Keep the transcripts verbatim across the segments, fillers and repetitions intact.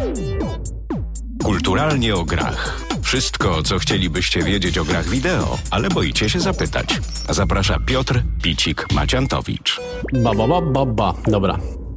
Kulturalnie o grach. Wszystko, co chcielibyście wiedzieć o grach wideo, ale boicie się zapytać. Zaprasza Piotr Picik-Maciantowicz. Ba, ba, ba, ba, ba. Dobra.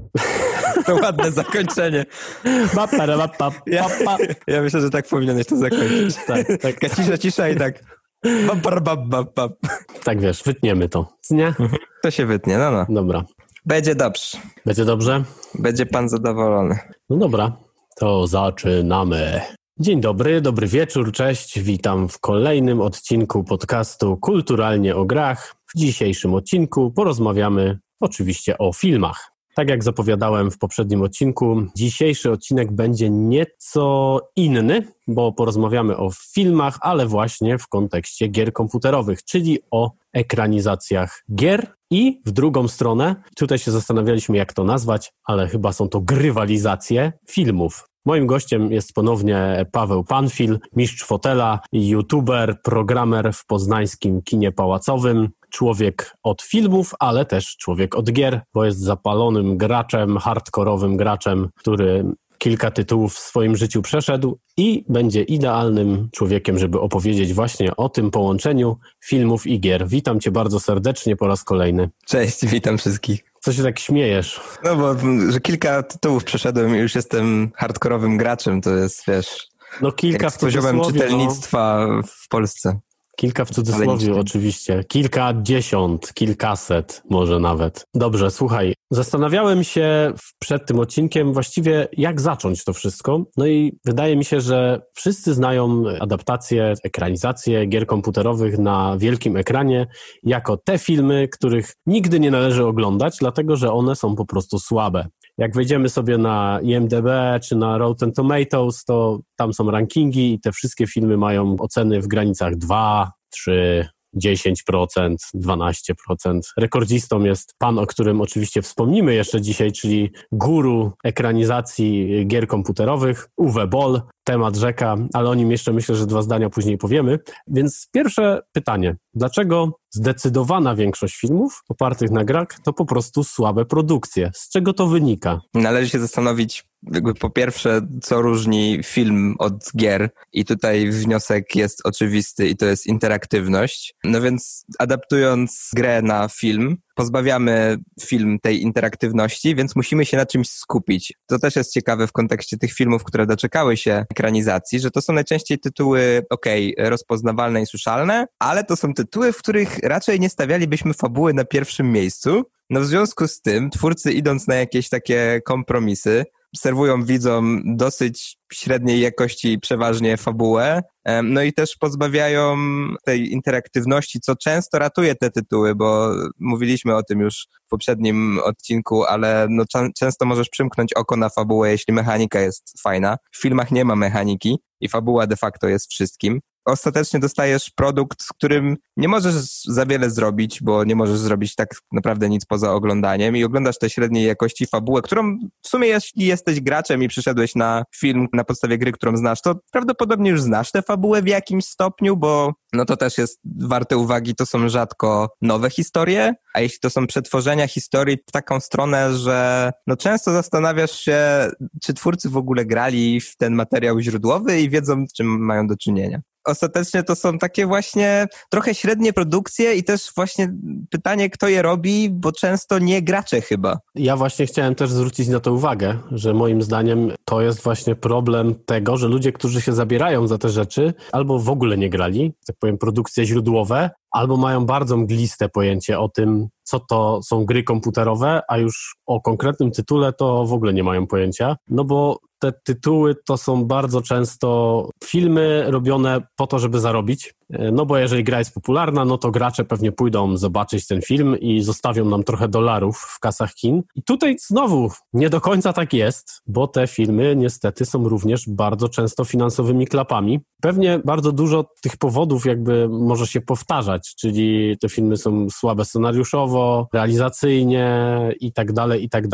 To ładne zakończenie. Ba, ba, ba, ba, Ja, ba. ja myślę, że tak powinieneś to zakończyć. Tak, tak. Taka cisza, cisza i tak... Ba, ba, ba, ba, ba. Tak wiesz, wytniemy to. Nie? To się wytnie, no no. Dobra. Będzie dobrze. Będzie dobrze? Będzie pan zadowolony. No dobra, to zaczynamy. Dzień dobry, dobry wieczór, cześć. Witam w kolejnym odcinku podcastu Kulturalnie o grach. W dzisiejszym odcinku porozmawiamy oczywiście o filmach. Tak jak zapowiadałem w poprzednim odcinku, dzisiejszy odcinek będzie nieco inny, bo porozmawiamy o filmach, ale właśnie w kontekście gier komputerowych, czyli o ekranizacjach gier. I w drugą stronę, tutaj się zastanawialiśmy, jak to nazwać, ale chyba są to grywalizacje filmów. Moim gościem jest ponownie Paweł Panfil, mistrz fotela, youtuber, programer w poznańskim kinie pałacowym, człowiek od filmów, ale też człowiek od gier, bo jest zapalonym graczem, hardkorowym graczem, który kilka tytułów w swoim życiu przeszedł i będzie idealnym człowiekiem, żeby opowiedzieć właśnie o tym połączeniu filmów i gier. Witam cię bardzo serdecznie po raz kolejny. Cześć, witam wszystkich. Co się tak śmiejesz? No bo, że kilka tytułów przeszedłem i już jestem hardkorowym graczem, to jest, wiesz, no kilka z poziomem czytelnictwa no. w Polsce. Kilka w cudzysłowie oczywiście, kilkadziesiąt, kilkaset może nawet. Dobrze, słuchaj, zastanawiałem się przed tym odcinkiem właściwie jak zacząć to wszystko, no i wydaje mi się, że wszyscy znają adaptacje, ekranizacje gier komputerowych na wielkim ekranie jako te filmy, których nigdy nie należy oglądać, dlatego że one są po prostu słabe. Jak wejdziemy sobie na I M D B czy na Rotten Tomatoes, to tam są rankingi i te wszystkie filmy mają oceny w granicach dwa, trzy, dziesięć procent, dwanaście procent. Rekordzistą jest pan, o którym oczywiście wspomnimy jeszcze dzisiaj, czyli guru ekranizacji gier komputerowych, Uwe Boll, temat rzeka, ale o nim jeszcze myślę, że dwa zdania później powiemy. Więc pierwsze pytanie, dlaczego zdecydowana większość filmów opartych na grach to po prostu słabe produkcje? Z czego to wynika? Należy się zastanowić jakby po pierwsze, co różni film od gier i tutaj wniosek jest oczywisty i to jest interaktywność. No więc adaptując grę na film, pozbawiamy film tej interaktywności, więc musimy się na czymś skupić. To też jest ciekawe w kontekście tych filmów, które doczekały się ekranizacji, że to są najczęściej tytuły, okej, okay, rozpoznawalne i słyszalne, ale to są tytuły, w których raczej nie stawialibyśmy fabuły na pierwszym miejscu. No w związku z tym twórcy, idąc na jakieś takie kompromisy, serwują widzom dosyć średniej jakości przeważnie fabułę, no i też pozbawiają tej interaktywności, co często ratuje te tytuły, bo mówiliśmy o tym już w poprzednim odcinku, ale no ch- często możesz przymknąć oko na fabułę, jeśli mechanika jest fajna. W filmach nie ma mechaniki i fabuła de facto jest wszystkim. Ostatecznie dostajesz produkt, z którym nie możesz za wiele zrobić, bo nie możesz zrobić tak naprawdę nic poza oglądaniem i oglądasz tę średniej jakości fabułę, którą w sumie jeśli jesteś graczem i przyszedłeś na film na podstawie gry, którą znasz, to prawdopodobnie już znasz tę fabułę w jakimś stopniu, bo no to też jest warte uwagi, to są rzadko nowe historie, a jeśli to są przetworzenia historii w taką stronę, że no często zastanawiasz się, czy twórcy w ogóle grali w ten materiał źródłowy i wiedzą, z czym mają do czynienia. Ostatecznie to są takie właśnie trochę średnie produkcje i też właśnie pytanie, kto je robi, bo często nie gracze chyba. Ja właśnie chciałem też zwrócić na to uwagę, że moim zdaniem to jest właśnie problem tego, że ludzie, którzy się zabierają za te rzeczy, albo w ogóle nie grali, tak powiem produkcje źródłowe, albo mają bardzo mgliste pojęcie o tym, co to są gry komputerowe, a już o konkretnym tytule to w ogóle nie mają pojęcia, no bo te tytuły to są bardzo często filmy robione po to, żeby zarobić, no bo jeżeli gra jest popularna, no to gracze pewnie pójdą zobaczyć ten film i zostawią nam trochę dolarów w kasach kin. I tutaj znowu nie do końca tak jest, bo te filmy niestety są również bardzo często finansowymi klapami. Pewnie bardzo dużo tych powodów jakby może się powtarzać, czyli te filmy są słabe scenariuszowo, realizacyjnie i tak dalej, i tak dalej,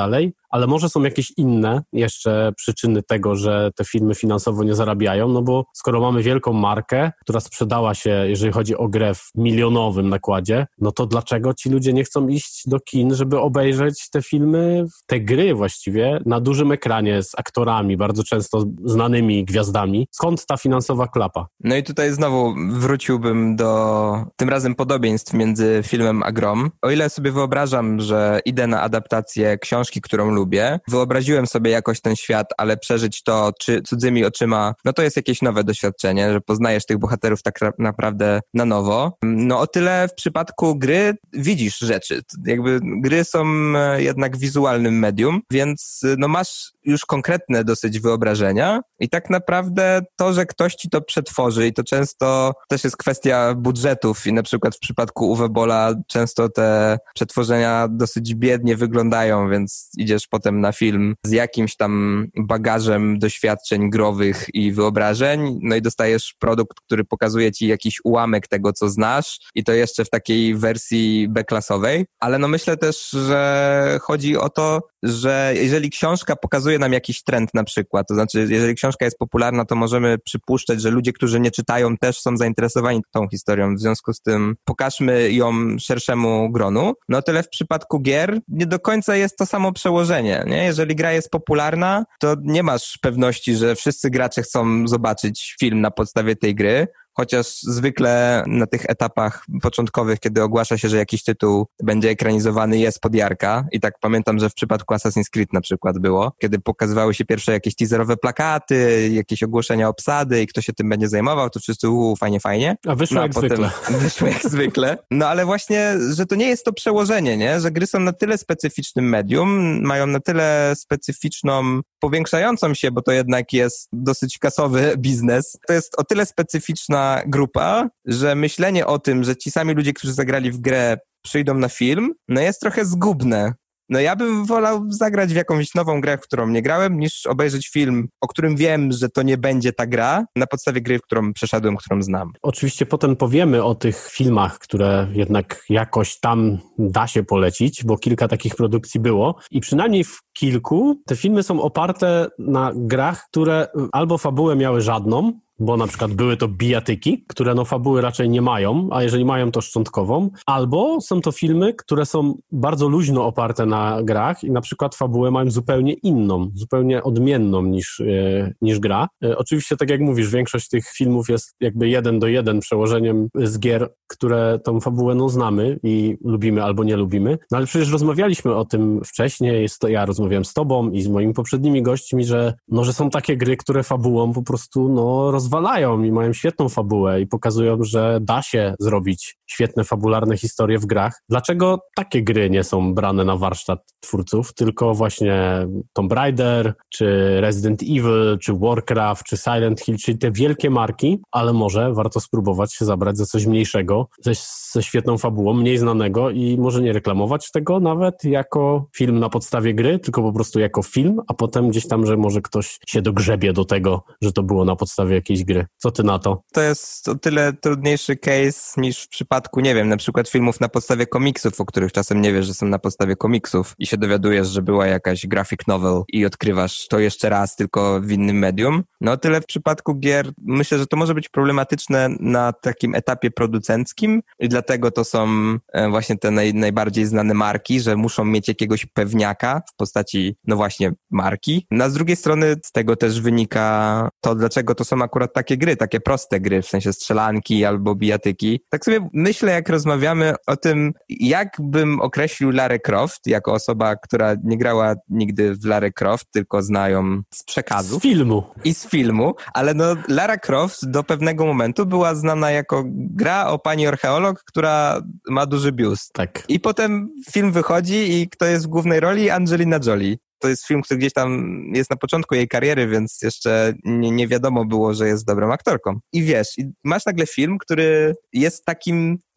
ale może są jakieś inne jeszcze przyczyny tego, że te filmy finansowo nie zarabiają, no bo skoro mamy wielką markę, która sprzedała się, jeżeli chodzi o grę w milionowym nakładzie, no to dlaczego ci ludzie nie chcą iść do kin, żeby obejrzeć te filmy, te gry właściwie, na dużym ekranie z aktorami, bardzo często znanymi gwiazdami? Skąd ta finansowa klapa? No i tutaj znowu wróciłbym do tym razem podobieństw między filmem a grą. O ile sobie wyobrażam, że idę na adaptację książki, którą lubię, wyobraziłem sobie jakoś ten świat, ale przeżyć to czy cudzymi oczyma, no to jest jakieś nowe doświadczenie, że poznajesz tych bohaterów tak naprawdę na nowo. No o tyle w przypadku gry widzisz rzeczy. Jakby gry są jednak wizualnym medium, więc no masz już konkretne dosyć wyobrażenia i tak naprawdę to, że ktoś ci to przetworzy i to często też jest kwestia budżetów i na przykład w przypadku Uwe Bolla często te przetworzenia dosyć biednie wyglądają, więc idziesz potem na film z jakimś tam bagażem doświadczeń growych i wyobrażeń, no i dostajesz produkt, który pokazuje ci jakiś ułamek tego, co znasz i to jeszcze w takiej wersji B-klasowej, ale no myślę też, że chodzi o to, że jeżeli książka pokazuje nam jakiś trend na przykład, to znaczy jeżeli książka jest popularna, to możemy przypuszczać, że ludzie, którzy nie czytają, też są zainteresowani tą historią, w związku z tym pokażmy ją szerszemu gronu. No tyle w przypadku gier nie do końca jest to samo przełożenie, nie? Jeżeli gra jest popularna, to nie masz pewności, że wszyscy gracze chcą zobaczyć film na podstawie tej gry, chociaż zwykle na tych etapach początkowych, kiedy ogłasza się, że jakiś tytuł będzie ekranizowany, jest podjarka. I tak pamiętam, że w przypadku Assassin's Creed na przykład było, kiedy pokazywały się pierwsze jakieś teaserowe plakaty, jakieś ogłoszenia obsady i kto się tym będzie zajmował, to wszyscy uuu, fajnie, fajnie. A wyszło no, a jak potem zwykle. Wyszło jak zwykle. No ale właśnie, że to nie jest to przełożenie, nie? Że gry są na tyle specyficznym medium, mają na tyle specyficzną, powiększającą się, bo to jednak jest dosyć kasowy biznes. To jest o tyle specyficzna grupa, że myślenie o tym, że ci sami ludzie, którzy zagrali w grę, przyjdą na film, no jest trochę zgubne. No ja bym wolał zagrać w jakąś nową grę, w którą nie grałem, niż obejrzeć film, o którym wiem, że to nie będzie ta gra, na podstawie gry, w którą przeszedłem, którą znam. Oczywiście potem powiemy o tych filmach, które jednak jakoś tam da się polecić, bo kilka takich produkcji było i przynajmniej w kilku te filmy są oparte na grach, które albo fabułę miały żadną, bo na przykład były to bijatyki, które no fabuły raczej nie mają, a jeżeli mają, to szczątkową, albo są to filmy, które są bardzo luźno oparte na grach i na przykład fabułę mają zupełnie inną, zupełnie odmienną niż, e, niż gra. E, oczywiście, tak jak mówisz, większość tych filmów jest jakby jeden do jeden przełożeniem z gier, które tą fabułę no znamy i lubimy albo nie lubimy, no ale przecież rozmawialiśmy o tym wcześniej, jest to, ja rozmawiałem z tobą i z moimi poprzednimi gośćmi, że, no, że są takie gry, które fabułą po prostu no roz zwalają i mają świetną fabułę i pokazują, że da się zrobić świetne fabularne historie w grach. Dlaczego takie gry nie są brane na warsztat twórców, tylko właśnie Tomb Raider, czy Resident Evil, czy Warcraft, czy Silent Hill, czyli te wielkie marki, ale może warto spróbować się zabrać za coś mniejszego, ze, ze świetną fabułą, mniej znanego i może nie reklamować tego nawet jako film na podstawie gry, tylko po prostu jako film, a potem gdzieś tam, że może ktoś się dogrzebie do tego, że to było na podstawie jakiejś gry. Co ty na to? To jest o tyle trudniejszy case niż w przypadku, nie wiem, na przykład filmów na podstawie komiksów, o których czasem nie wiesz, że są na podstawie komiksów i się dowiadujesz, że była jakaś graphic novel i odkrywasz to jeszcze raz, tylko w innym medium. No o tyle w przypadku gier myślę, że to może być problematyczne na takim etapie producenckim i dlatego to są właśnie te naj, najbardziej znane marki, że muszą mieć jakiegoś pewniaka w postaci, no właśnie, marki. No a z drugiej strony z tego też wynika to, dlaczego to są akurat takie gry, takie proste gry, w sensie strzelanki albo bijatyki. Tak sobie myślę, jak rozmawiamy o tym, jak bym określił Lara Croft jako osoba, która nie grała nigdy w Lara Croft, tylko zna ją z przekazów. Z filmu. I z filmu, ale no Lara Croft do pewnego momentu była znana jako gra o pani archeolog, która ma duży biust. Tak. I potem film wychodzi i kto jest w głównej roli? Angelina Jolie. To jest film, który gdzieś tam jest na początku jej kariery, więc jeszcze nie, nie wiadomo było, że jest dobrą aktorką. I wiesz, i masz nagle film, który jest takim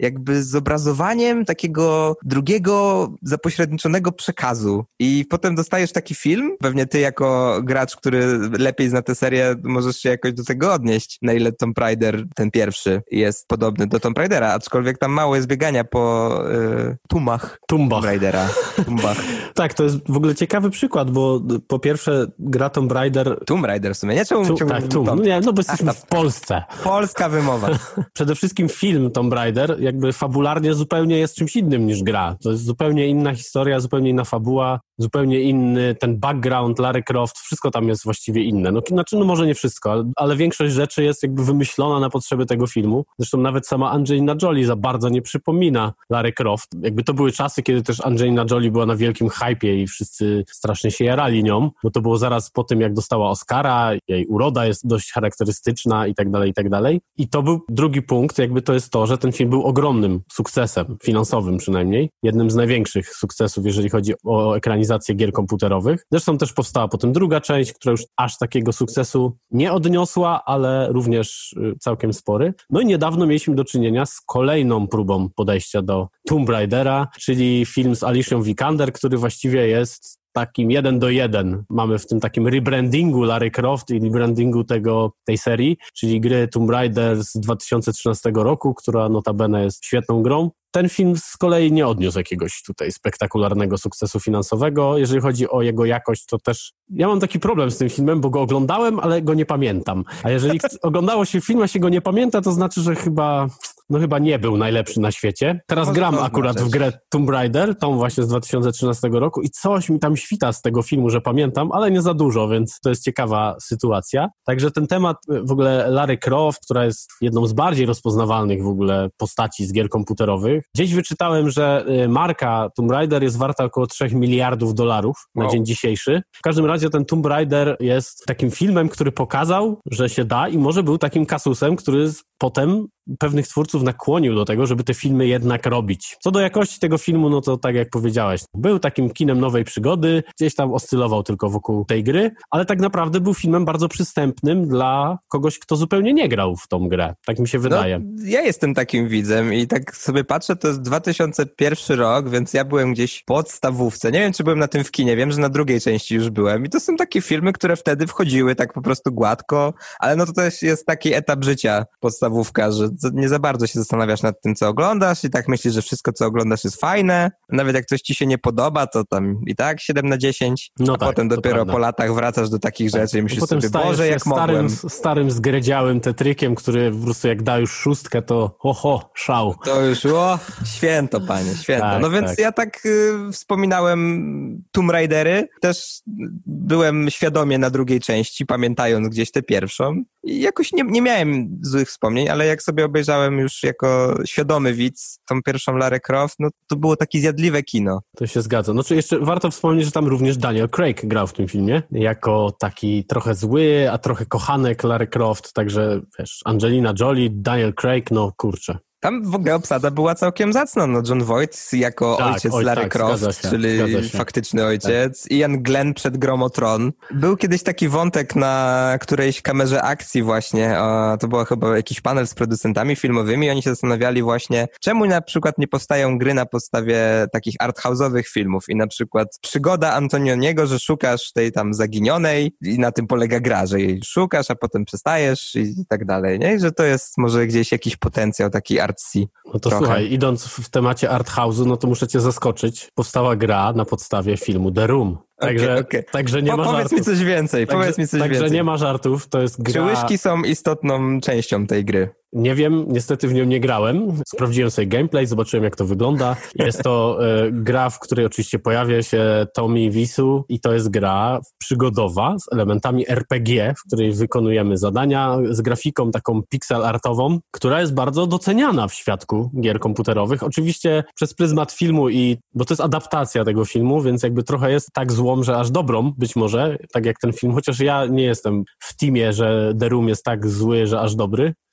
jakby zobrazowaniem takiego drugiego zapośredniczonego przekazu. I potem dostajesz taki film, pewnie ty jako gracz, który lepiej zna tę serię, możesz się jakoś do tego odnieść, na ile Tomb Raider, ten pierwszy, jest podobny do Tomb Raidera, aczkolwiek tam mało jest biegania po y, tumach Tumbach. Tomb Raidera. Tumbach. Tak, to jest w ogóle ciekawy przykład, bo po pierwsze gra Tomb Raider... Tomb Raider w sumie, nie? Czemu Tu, ciągle tak, Tomb. No, nie, no bo jesteśmy Ach, w Polsce. Polska wymowa. Przede wszystkim film Tomb Raider jakby fabularnie zupełnie jest czymś innym niż gra. To jest zupełnie inna historia, zupełnie inna fabuła, zupełnie inny ten background, Lara Croft, wszystko tam jest właściwie inne. No, znaczy, no może nie wszystko, ale, ale większość rzeczy jest jakby wymyślona na potrzeby tego filmu. Zresztą nawet sama Angelina Jolie za bardzo nie przypomina Lara Croft. Jakby to były czasy, kiedy też Angelina Jolie była na wielkim hypie i wszyscy strasznie się jarali nią, bo to było zaraz po tym, jak dostała Oscara, jej uroda jest dość charakterystyczna i tak dalej, i tak dalej. I to był drugi punkt, jakby to jest to, że ten film był ogromnym sukcesem, finansowym przynajmniej, jednym z największych sukcesów, jeżeli chodzi o ekranizację gier komputerowych. Zresztą też powstała potem druga część, która już aż takiego sukcesu nie odniosła, ale również całkiem spory. No i niedawno mieliśmy do czynienia z kolejną próbą podejścia do Tomb Raidera, czyli film z Alicją Vikander, który właściwie jest takim jeden do jeden. Mamy w tym takim rebrandingu Lara Croft i rebrandingu tego, tej serii, czyli gry Tomb Raider z dwa tysiące trzynastego roku, która notabene jest świetną grą. Ten film z kolei nie odniósł jakiegoś tutaj spektakularnego sukcesu finansowego. Jeżeli chodzi o jego jakość, to też ja mam taki problem z tym filmem, bo go oglądałem, ale go nie pamiętam. A jeżeli oglądało się film, a się go nie pamięta, to znaczy, że chyba... no chyba nie był najlepszy na świecie. Teraz Może gram to akurat znaczyć. w grę Tomb Raider, tą właśnie z dwa tysiące trzynastego roku i coś mi tam świta z tego filmu, że pamiętam, ale nie za dużo, więc to jest ciekawa sytuacja. Także ten temat w ogóle Lary Croft, która jest jedną z bardziej rozpoznawalnych w ogóle postaci z gier komputerowych. Gdzieś wyczytałem, że marka Tomb Raider jest warta około trzech miliardów dolarów na Wow. dzień dzisiejszy. W każdym razie ten Tomb Raider jest takim filmem, który pokazał, że się da i może był takim kasusem, który potem pewnych twórców nakłonił do tego, żeby te filmy jednak robić. Co do jakości tego filmu, no to tak jak powiedziałeś, był takim kinem nowej przygody, gdzieś tam oscylował tylko wokół tej gry, ale tak naprawdę był filmem bardzo przystępnym dla kogoś, kto zupełnie nie grał w tą grę. Tak mi się wydaje. No, ja jestem takim widzem i tak sobie patrzę, to jest dwa tysiące pierwszy rok, więc ja byłem gdzieś w podstawówce. Nie wiem, czy byłem na tym w kinie, wiem, że na drugiej części już byłem i to są takie filmy, które wtedy wchodziły tak po prostu gładko, ale no to też jest taki etap życia podstawówka, że nie za bardzo się zastanawiasz nad tym, co oglądasz i tak myślisz, że wszystko, co oglądasz jest fajne. Nawet jak coś ci się nie podoba, to tam i tak siedem na dziesięć, no a tak, potem dopiero prawda. po latach wracasz do takich Tak. rzeczy i myślisz Potem sobie, Boże, jak starym, mogłem. starym zgredziałym tetrykiem, który po prostu jak da już szóstkę, to oho, szał. To już, o, święto, panie, święto. Tak, no więc tak. ja tak y, wspominałem Tomb Raidery, też byłem świadomie na drugiej części, pamiętając gdzieś tę pierwszą. I jakoś nie, nie miałem złych wspomnień, ale jak sobie obejrzałem już jako świadomy widz tą pierwszą Larę Croft, no to było takie zjadliwe kino. To się zgadza. No czy jeszcze warto wspomnieć, że tam również Daniel Craig grał w tym filmie, jako taki trochę zły, a trochę kochanek Lary Croft, także wiesz, Angelina Jolie, Daniel Craig, no kurczę. Tam w ogóle obsada była całkiem zacna. No John Voight jako Tak, ojciec oj, Lary tak, Croft, zgadza się, czyli zgadza się. faktyczny ojciec. Ian Glenn przed Grą o Tron. Był kiedyś taki wątek na którejś kamerze akcji właśnie. O, to był chyba jakiś panel z producentami filmowymi. Oni się zastanawiali właśnie, czemu na przykład nie powstają gry na podstawie takich arthouse'owych filmów i na przykład przygoda Antonioniego, że szukasz tej tam zaginionej i na tym polega gra, że jej szukasz, a potem przestajesz i tak dalej, nie? I że to jest może gdzieś jakiś potencjał taki artsy. No to Trochę. słuchaj, idąc w temacie arthouse'u, no to muszę cię zaskoczyć. Powstała gra na podstawie filmu The Room. Także, Okej, okej. także nie Po, ma powiedz żartów. mi coś więcej, Także, powiedz mi coś także więcej. nie ma żartów, to jest gra... Czy łyżki są istotną częścią tej gry? Nie wiem, niestety w nią nie grałem. Sprawdziłem sobie gameplay, zobaczyłem jak to wygląda. Jest to e, gra, w której oczywiście pojawia się Tommy Wiseau i to jest gra przygodowa z elementami R P G, w której wykonujemy zadania z grafiką taką pixel artową, która jest bardzo doceniana w świadku gier komputerowych. Oczywiście przez pryzmat filmu i, bo to jest adaptacja tego filmu, więc jakby trochę jest tak złą, że aż dobrą być może, tak jak ten film, chociaż ja nie jestem w teamie, że The Room jest tak zły, że aż dobry. Uważam, Nie,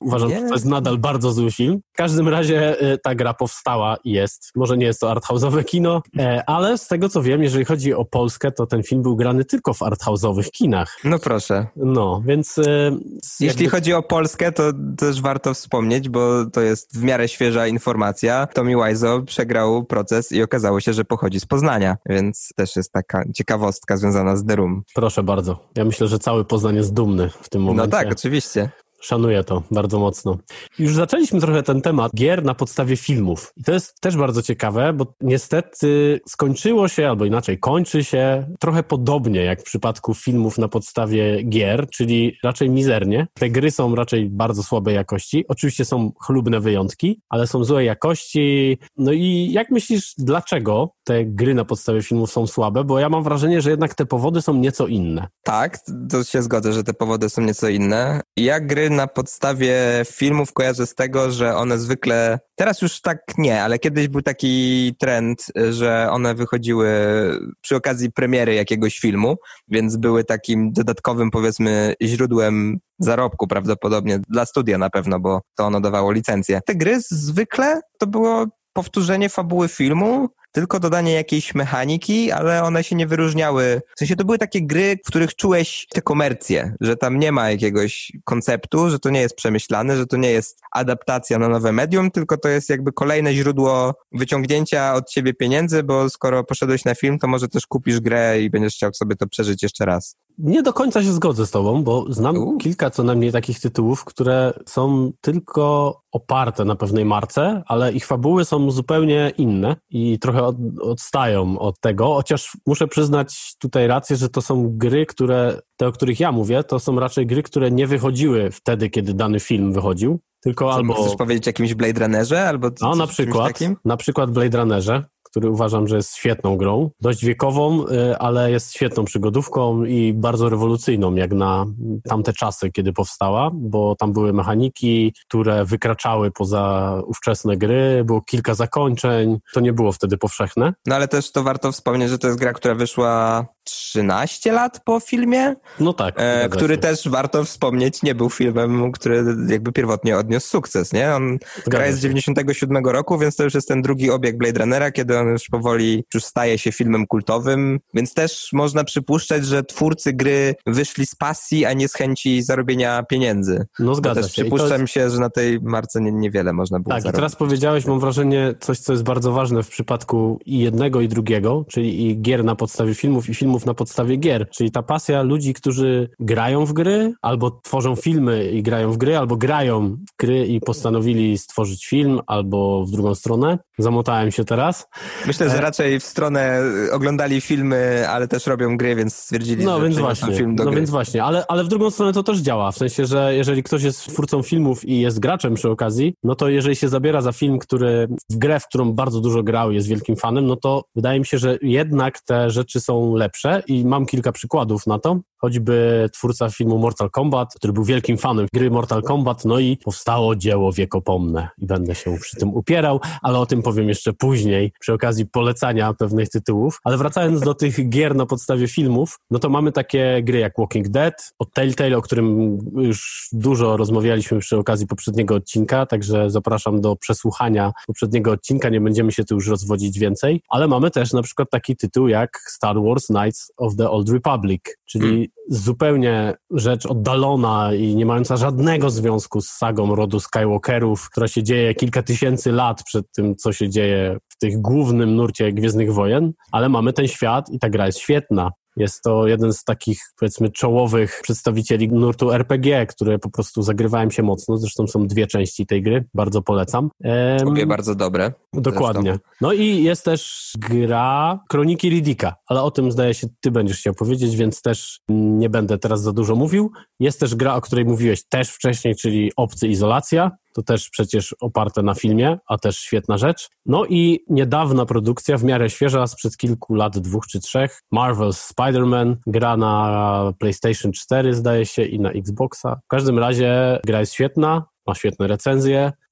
to jest nadal bardzo zły film. W każdym razie ta gra powstała i jest. Może nie jest to arthouse'owe kino, ale z tego co wiem, jeżeli chodzi o Polskę, to ten film był grany tylko w arthouse'owych kinach. No proszę. No, więc... Jeśli jakby... chodzi o Polskę, to też warto wspomnieć, bo to jest w miarę świeża informacja. Tommy Wiseau przegrał proces i okazało się, że pochodzi z Poznania, więc też jest taka ciekawostka związana z The Room. Proszę bardzo. Ja myślę, że cały Poznań jest dumny w tym momencie. No tak, oczywiście. Szanuję to bardzo mocno. Już zaczęliśmy trochę ten temat gier na podstawie filmów. I to jest też bardzo ciekawe, bo niestety skończyło się, albo inaczej kończy się trochę podobnie jak w przypadku filmów na podstawie gier, czyli raczej mizernie. Te gry są raczej bardzo słabej jakości. Oczywiście są chlubne wyjątki, ale są złej jakości. No i jak myślisz, dlaczego te gry na podstawie filmów są słabe? Bo ja mam wrażenie, że jednak te powody są nieco inne. Tak, to się zgodzę, że te powody są nieco inne. Ja gry na podstawie filmów kojarzę z tego, że one zwykle, teraz już tak nie, ale kiedyś był taki trend, że one wychodziły przy okazji premiery jakiegoś filmu, więc były takim dodatkowym, powiedzmy, źródłem zarobku prawdopodobnie dla studia na pewno, bo to ono dawało licencję. Te gry zwykle to było powtórzenie fabuły filmu, tylko dodanie jakiejś mechaniki, ale one się nie wyróżniały. W sensie to były takie gry, w których czułeś tę komercję, że tam nie ma jakiegoś konceptu, że to nie jest przemyślane, że to nie jest adaptacja na nowe medium, tylko to jest jakby kolejne źródło wyciągnięcia od ciebie pieniędzy, bo skoro poszedłeś na film, to może też kupisz grę i będziesz chciał sobie to przeżyć jeszcze raz. Nie do końca się zgodzę z tobą, bo znam U. kilka co najmniej takich tytułów, które są tylko oparte na pewnej marce, ale ich fabuły są zupełnie inne i trochę od, odstają od tego, chociaż muszę przyznać tutaj rację, że to są gry, które, te o których ja mówię, to są raczej gry, które nie wychodziły wtedy, kiedy dany film wychodził, tylko Co, albo... Chcesz powiedzieć o jakimś Blade Runnerze? Albo no na przykład, na przykład Blade Runnerze, który uważam, że jest świetną grą, dość wiekową, ale jest świetną przygodówką i bardzo rewolucyjną jak na tamte czasy, kiedy powstała, bo tam były mechaniki, które wykraczały poza ówczesne gry, było kilka zakończeń, to nie było wtedy powszechne. No ale też to warto wspomnieć, że to jest gra, która wyszła trzynaście lat po filmie, no tak, e, który też warto wspomnieć, nie był filmem, który jakby pierwotnie odniósł sukces, nie? On, gra jest z dziewięćdziesiątego siódmego roku, więc to już jest ten drugi obieg Blade Runnera, kiedy on już powoli już staje się filmem kultowym, więc też można przypuszczać, że twórcy gry wyszli z pasji, a nie z chęci zarobienia pieniędzy. No zgadza też się. Przypuszczam jest... się, że na tej marce nie, niewiele można było tak, zarobić. Tak, i teraz powiedziałeś, mam wrażenie, coś, co jest bardzo ważne w przypadku i jednego, i drugiego, czyli i gier na podstawie filmów, i filmów na podstawie gier, czyli ta pasja ludzi, którzy grają w gry, albo tworzą filmy i grają w gry, albo grają w gry i postanowili stworzyć film, albo w drugą stronę. Zamotałem się teraz. Myślę, że raczej w stronę oglądali filmy, ale też robią gry, więc stwierdzili, no, że więc właśnie, film do No gry. więc właśnie, ale, ale w drugą stronę to też działa, w sensie, że jeżeli ktoś jest twórcą filmów i jest graczem przy okazji, no to jeżeli się zabiera za film, który w grę, w którą bardzo dużo grał, jest wielkim fanem, no to wydaje mi się, że jednak te rzeczy są lepsze i mam kilka przykładów na to. Choćby twórca filmu Mortal Kombat, który był wielkim fanem gry Mortal Kombat, no i powstało dzieło wiekopomne i będę się przy tym upierał, ale o tym powiem jeszcze później, przy okazji polecania pewnych tytułów. Ale wracając do tych gier na podstawie filmów, no to mamy takie gry jak Walking Dead, od Telltale, o którym już dużo rozmawialiśmy przy okazji poprzedniego odcinka, także zapraszam do przesłuchania poprzedniego odcinka, nie będziemy się tu już rozwodzić więcej, ale mamy też na przykład taki tytuł jak Star Wars Knights of the Old Republic, czyli hmm. zupełnie rzecz oddalona i nie mająca żadnego związku z sagą rodu Skywalkerów, która się dzieje kilka tysięcy lat przed tym, co się dzieje w tych głównym nurcie Gwiezdnych Wojen, ale mamy ten świat i ta gra jest świetna. Jest to jeden z takich, powiedzmy, czołowych przedstawicieli nurtu R P G, które po prostu zagrywają się mocno. Zresztą są dwie części tej gry, bardzo polecam. Ehm, Obie bardzo dobre. Dokładnie. Zresztą. No i jest też gra Kroniki Riddicka, ale o tym zdaje się ty będziesz chciał powiedzieć, więc też nie będę teraz za dużo mówił. Jest też gra, o której mówiłeś też wcześniej, czyli Obcy Izolacja. To też przecież oparte na filmie, a też świetna rzecz. No i niedawna produkcja, w miarę świeża, sprzed kilku lat, dwóch czy trzech, Marvel's Spider-Man, gra na PlayStation cztery zdaje się i na Xboxa. W każdym razie gra jest świetna, ma świetne recenzje,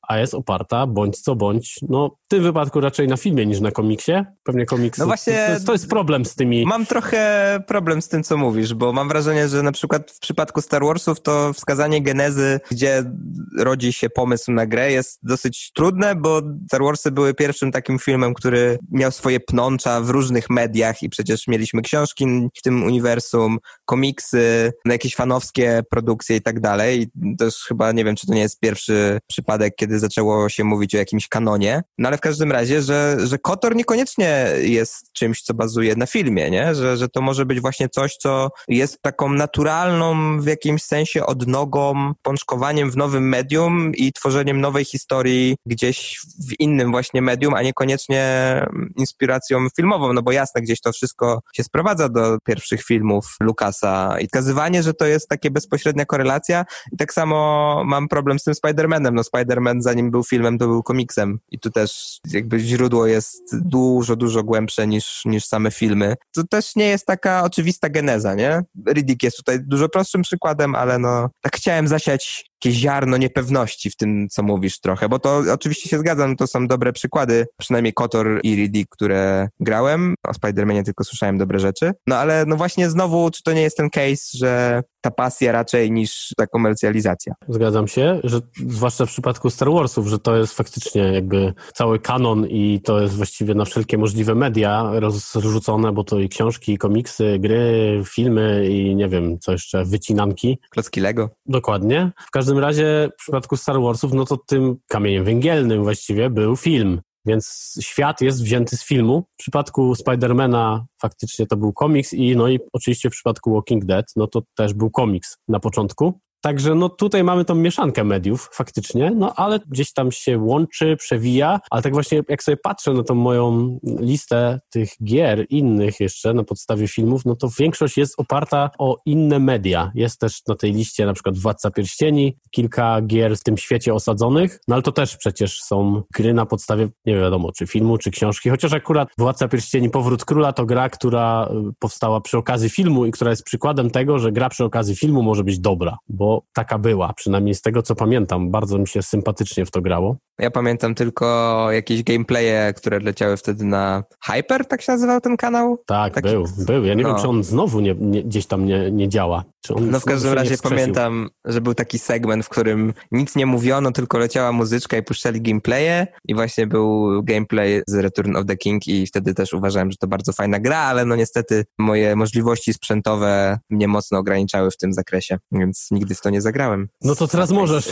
a jest oparta bądź co bądź, no w tym wypadku raczej na filmie niż na komiksie. Pewnie komiks, no właśnie, to, jest, to jest problem z tymi... Mam trochę problem z tym, co mówisz, bo mam wrażenie, że na przykład w przypadku Star Warsów to wskazanie genezy, gdzie rodzi się pomysł na grę, jest dosyć trudne, bo Star Warsy były pierwszym takim filmem, który miał swoje pnącza w różnych mediach i przecież mieliśmy książki w tym uniwersum, komiksy, jakieś fanowskie produkcje i tak dalej. I też chyba, nie wiem, czy to nie jest pierwszy przypadek, kiedy zaczęło się mówić o jakimś kanonie, no ale w każdym razie, że, że KOTOR niekoniecznie jest czymś, co bazuje na filmie, nie? Że, że to może być właśnie coś, co jest taką naturalną w jakimś sensie odnogą, pączkowaniem w nowym medium i tworzeniem nowej historii gdzieś w innym właśnie medium, a niekoniecznie inspiracją filmową, no bo jasne, gdzieś to wszystko się sprowadza do pierwszych filmów Lucasa i wskazywanie, że to jest takie bezpośrednia korelacja i tak samo mam problem z tym Spider-Manem, no Spider-Man zanim był filmem, to był komiksem i tu też jakby źródło jest dużo, dużo głębsze niż, niż same filmy. To też nie jest taka oczywista geneza, nie? Riddick jest tutaj dużo prostszym przykładem, ale no tak chciałem zasiać jakieś ziarno niepewności w tym, co mówisz trochę, bo to oczywiście się zgadzam, to są dobre przykłady, przynajmniej KOTOR i Riddick, które grałem, o Spider-Manie tylko słyszałem dobre rzeczy, no ale no właśnie znowu, czy to nie jest ten case, że ta pasja raczej niż ta komercjalizacja. Zgadzam się, że zwłaszcza w przypadku Star Warsów, że to jest faktycznie jakby cały kanon i to jest właściwie na wszelkie możliwe media rozrzucone, bo to i książki, i komiksy, gry, filmy i nie wiem, co jeszcze, wycinanki. Klocki Lego. Dokładnie. W każdym razie w przypadku Star Warsów, no to tym kamieniem węgielnym właściwie był film. Więc świat jest wzięty z filmu. W przypadku Spidermana faktycznie to był komiks i no i oczywiście w przypadku Walking Dead, no to też był komiks na początku. Także no tutaj mamy tą mieszankę mediów faktycznie, no ale gdzieś tam się łączy, przewija, ale tak właśnie jak sobie patrzę na tą moją listę tych gier innych jeszcze na podstawie filmów, no to większość jest oparta o inne media. Jest też na tej liście na przykład Władca Pierścieni, kilka gier w tym świecie osadzonych, no ale to też przecież są gry na podstawie, nie wiadomo, czy filmu, czy książki, chociaż akurat Władca Pierścieni Powrót Króla to gra, która powstała przy okazji filmu i która jest przykładem tego, że gra przy okazji filmu może być dobra, bo bo taka była, przynajmniej z tego, co pamiętam. Bardzo mi się sympatycznie w to grało. Ja pamiętam tylko jakieś gameplaye, które leciały wtedy na Hyper, tak się nazywał ten kanał? Tak, Taki... był, był. Ja nie no. wiem, czy on znowu nie, nie, gdzieś tam nie, nie działa. Czy on no w każdym razie pamiętam, że był taki segment, w którym nic nie mówiono, tylko leciała muzyczka i puszczali gameplaye i właśnie był gameplay z Return of the King i wtedy też uważałem, że to bardzo fajna gra, ale no niestety moje możliwości sprzętowe mnie mocno ograniczały w tym zakresie, więc nigdy w to nie zagrałem. No to teraz możesz.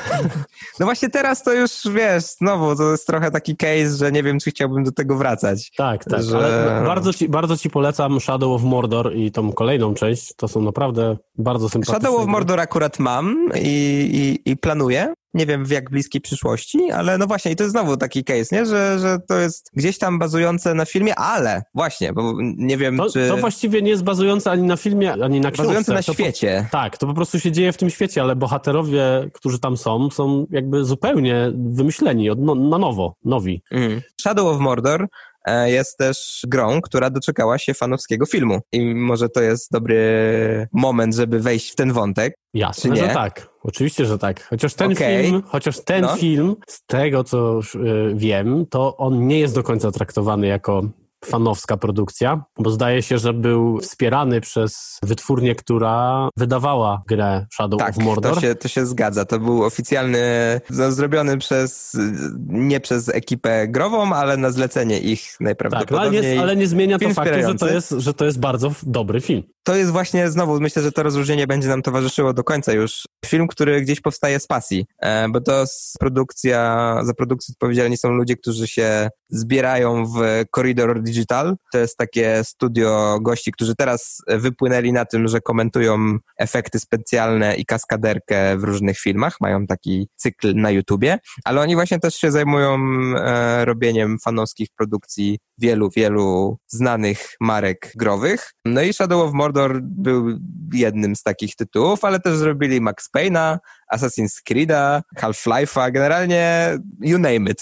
No właśnie teraz to już, wiesz, znowu to jest trochę taki case, że nie wiem, czy chciałbym do tego wracać. Tak, tak, że... ale bardzo ci, bardzo ci polecam Shadow of Mordor i tą kolejną część, to są naprawdę bardzo sympatyczne. Shadow of Mordor akurat mam i, i, i planuję. Nie wiem w jak bliskiej przyszłości, ale no właśnie i to jest znowu taki case, nie? Że, że to jest gdzieś tam bazujące na filmie, ale właśnie, bo nie wiem to, czy... To właściwie nie jest bazujące ani na filmie, ani na książce. Bazujące na to świecie. Po, tak, to po prostu się dzieje w tym świecie, ale bohaterowie, którzy tam są, są jakby zupełnie wymyśleni od, no, na nowo, nowi. Mm. Shadow of Mordor jest też grą, która doczekała się fanowskiego filmu. I może to jest dobry moment, żeby wejść w ten wątek. Jasne, że tak. Oczywiście, że tak. Chociaż ten okay. film, chociaż ten no. film, z tego co już, y, wiem, to on nie jest do końca traktowany jako fanowska produkcja, bo zdaje się, że był wspierany przez wytwórnię, która wydawała grę Shadow tak, of Mordor. To się, to się zgadza. To był oficjalny, no, zrobiony przez, nie przez ekipę grową, ale na zlecenie ich najprawdopodobniej. Tak, ale, nie, ale nie zmienia to faktu, że to, jest, że to jest bardzo dobry film. To jest właśnie znowu, myślę, że to rozróżnienie będzie nam towarzyszyło do końca już. Film, który gdzieś powstaje z pasji, bo to jest produkcja, za produkcję odpowiedzialni są ludzie, którzy się zbierają w Corridor Digital. To jest takie studio gości, którzy teraz wypłynęli na tym, że komentują efekty specjalne i kaskaderkę w różnych filmach. Mają taki cykl na YouTubie, ale oni właśnie też się zajmują e, robieniem fanowskich produkcji wielu, wielu znanych marek growych. No i Shadow of Mordor był jednym z takich tytułów, ale też zrobili Max Payne'a, Assassin's Creed'a, Half-Life'a, generalnie you name it.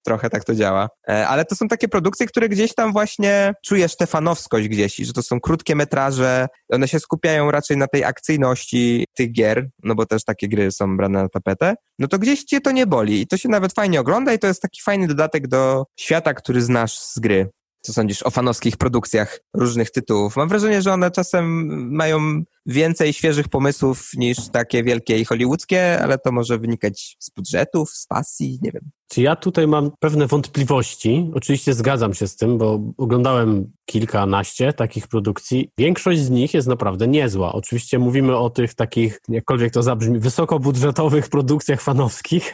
trochę tak to działa. Ale to są takie produkcje, które gdzieś tam właśnie czujesz tę fanowskość gdzieś i że to są krótkie metraże, one się skupiają raczej na tej akcyjności tych gier, no bo też takie gry są brane na tapetę, no to gdzieś cię to nie boli i to się nawet fajnie ogląda i to jest taki fajny dodatek do świata, który znasz z gry. Co sądzisz o fanowskich produkcjach różnych tytułów? Mam wrażenie, że one czasem mają więcej świeżych pomysłów niż takie wielkie i hollywoodzkie, ale to może wynikać z budżetów, z pasji, nie wiem. Czy ja tutaj mam pewne wątpliwości? Oczywiście zgadzam się z tym, bo oglądałem kilkanaście takich produkcji. Większość z nich jest naprawdę niezła. Oczywiście mówimy o tych takich, jakkolwiek to zabrzmi, wysokobudżetowych produkcjach fanowskich,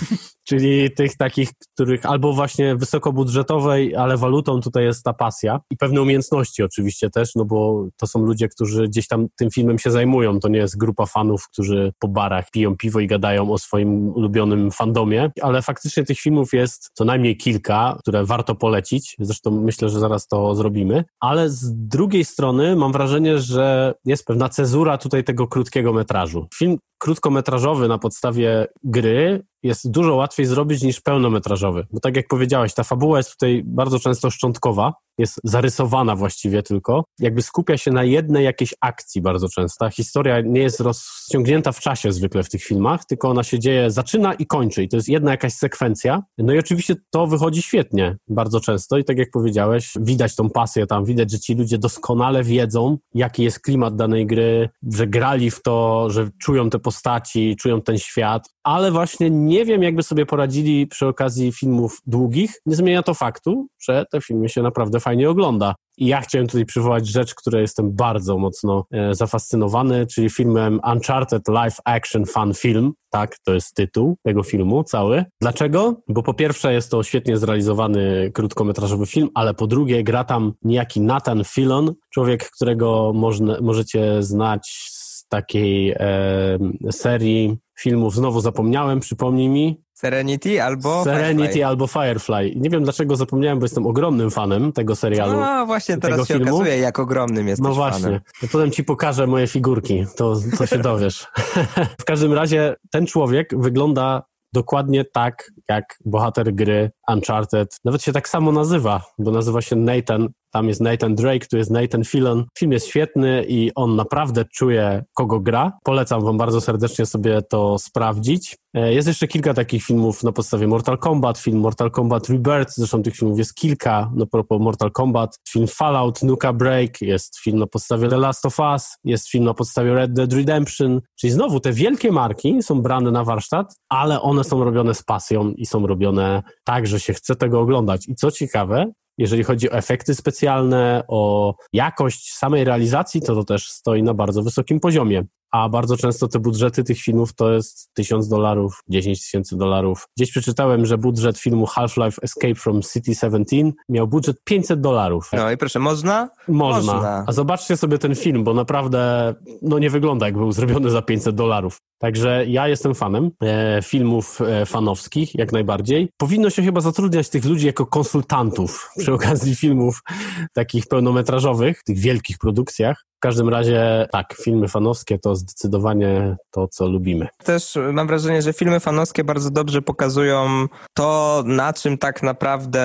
czyli tych takich, których albo właśnie wysokobudżetowej, ale walutą tutaj jest ta pasja i pewne umiejętności oczywiście też, no bo to są ludzie, którzy gdzieś tam tym filmem się zajmują. To nie jest grupa fanów, którzy po barach piją piwo i gadają o swoim ulubionym fandomie, ale faktycznie tych filmów jest co najmniej kilka, które warto polecić. Zresztą myślę, że zaraz to zrobimy. Ale z drugiej strony mam wrażenie, że jest pewna cezura tutaj tego krótkiego metrażu. Film krótkometrażowy na podstawie gry jest dużo łatwiej zrobić niż pełnometrażowy. Bo tak jak powiedziałeś, ta fabuła jest tutaj bardzo często szczątkowa, jest zarysowana właściwie tylko. Jakby skupia się na jednej jakiejś akcji bardzo często. Ta historia nie jest rozciągnięta w czasie zwykle w tych filmach, tylko ona się dzieje, zaczyna i kończy. I to jest jedna jakaś sekwencja. No i oczywiście to wychodzi świetnie bardzo często. I tak jak powiedziałeś, widać tą pasję tam, widać, że ci ludzie doskonale wiedzą, jaki jest klimat danej gry, że grali w to, że czują te postaci, czują ten świat, ale właśnie nie wiem, jakby sobie poradzili przy okazji filmów długich. Nie zmienia to faktu, że te filmy się naprawdę fajnie ogląda. I ja chciałem tutaj przywołać rzecz, której jestem bardzo mocno e, zafascynowany, czyli filmem Uncharted Live Action Fun Film. Tak, to jest tytuł tego filmu cały. Dlaczego? Bo po pierwsze jest to świetnie zrealizowany krótkometrażowy film, ale po drugie gra tam niejaki Nathan Fillion, człowiek, którego można, możecie znać z takiej e, serii filmów, znowu zapomniałem, przypomnij mi. Serenity albo Serenity Firefly. albo Firefly. Nie wiem dlaczego zapomniałem, bo jestem ogromnym fanem tego serialu. No właśnie, teraz się filmu. okazuje, jak ogromnym jesteś No właśnie. fanem. Ja potem ci pokażę moje figurki, to, to się dowiesz. W każdym razie ten człowiek wygląda dokładnie tak, jak bohater gry Uncharted. Nawet się tak samo nazywa, bo nazywa się Nathan. Tam jest Nathan Drake, tu jest Nathan Fillion. Film jest świetny i on naprawdę czuje, kogo gra. Polecam wam bardzo serdecznie sobie to sprawdzić. Jest jeszcze kilka takich filmów na podstawie Mortal Kombat, film Mortal Kombat Rebirth, zresztą tych filmów jest kilka, no propos Mortal Kombat, film Fallout, Nuka Break, jest film na podstawie The Last of Us, jest film na podstawie Red Dead Redemption, czyli znowu te wielkie marki są brane na warsztat, ale one są robione z pasją i są robione tak, że się chce tego oglądać. I co ciekawe, jeżeli chodzi o efekty specjalne, o jakość samej realizacji, to to też stoi na bardzo wysokim poziomie. A bardzo często te budżety tych filmów to jest tysiąc dolarów, dziesięć tysięcy dolarów. Gdzieś przeczytałem, że budżet filmu Half-Life Escape from City siedemnaście miał budżet pięćset dolarów. No i proszę, można? Można. Można. A zobaczcie sobie ten film, bo naprawdę no nie wygląda, jak był zrobiony za pięćset dolarów. Także ja jestem fanem e, filmów e, fanowskich, jak najbardziej. Powinno się chyba zatrudniać tych ludzi jako konsultantów przy okazji filmów takich pełnometrażowych, tych wielkich produkcjach. W każdym razie tak, filmy fanowskie to zdecydowanie to, co lubimy. Też mam wrażenie, że filmy fanowskie bardzo dobrze pokazują to, na czym tak naprawdę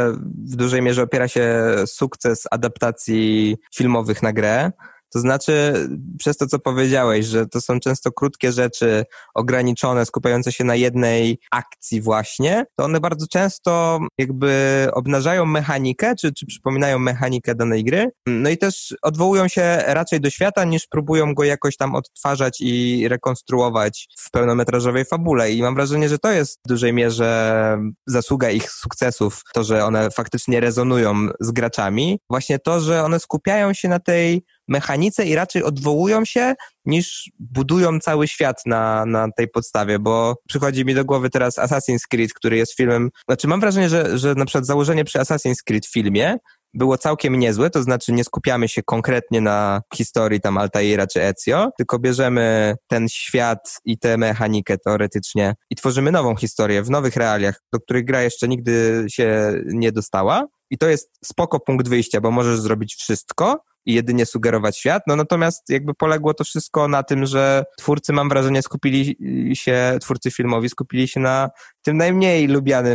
w dużej mierze opiera się sukces adaptacji filmowych na grę. To znaczy, przez to, co powiedziałeś, że to są często krótkie rzeczy, ograniczone, skupiające się na jednej akcji właśnie, to one bardzo często jakby obnażają mechanikę, czy, czy przypominają mechanikę danej gry, no i też odwołują się raczej do świata, niż próbują go jakoś tam odtwarzać i rekonstruować w pełnometrażowej fabule. I mam wrażenie, że to jest w dużej mierze zasługa ich sukcesów, to, że one faktycznie rezonują z graczami. Właśnie to, że one skupiają się na tej mechanice i raczej odwołują się, niż budują cały świat na, na tej podstawie, bo przychodzi mi do głowy teraz Assassin's Creed, który jest filmem, znaczy mam wrażenie, że, że na przykład założenie przy Assassin's Creed filmie było całkiem niezłe, to znaczy nie skupiamy się konkretnie na historii tam Altaira czy Ezio, tylko bierzemy ten świat i tę mechanikę teoretycznie i tworzymy nową historię w nowych realiach, do których gra jeszcze nigdy się nie dostała i to jest spoko punkt wyjścia, bo możesz zrobić wszystko i jedynie sugerować świat, no natomiast jakby poległo to wszystko na tym, że twórcy, mam wrażenie, skupili się, twórcy filmowi skupili się na tym najmniej lubianym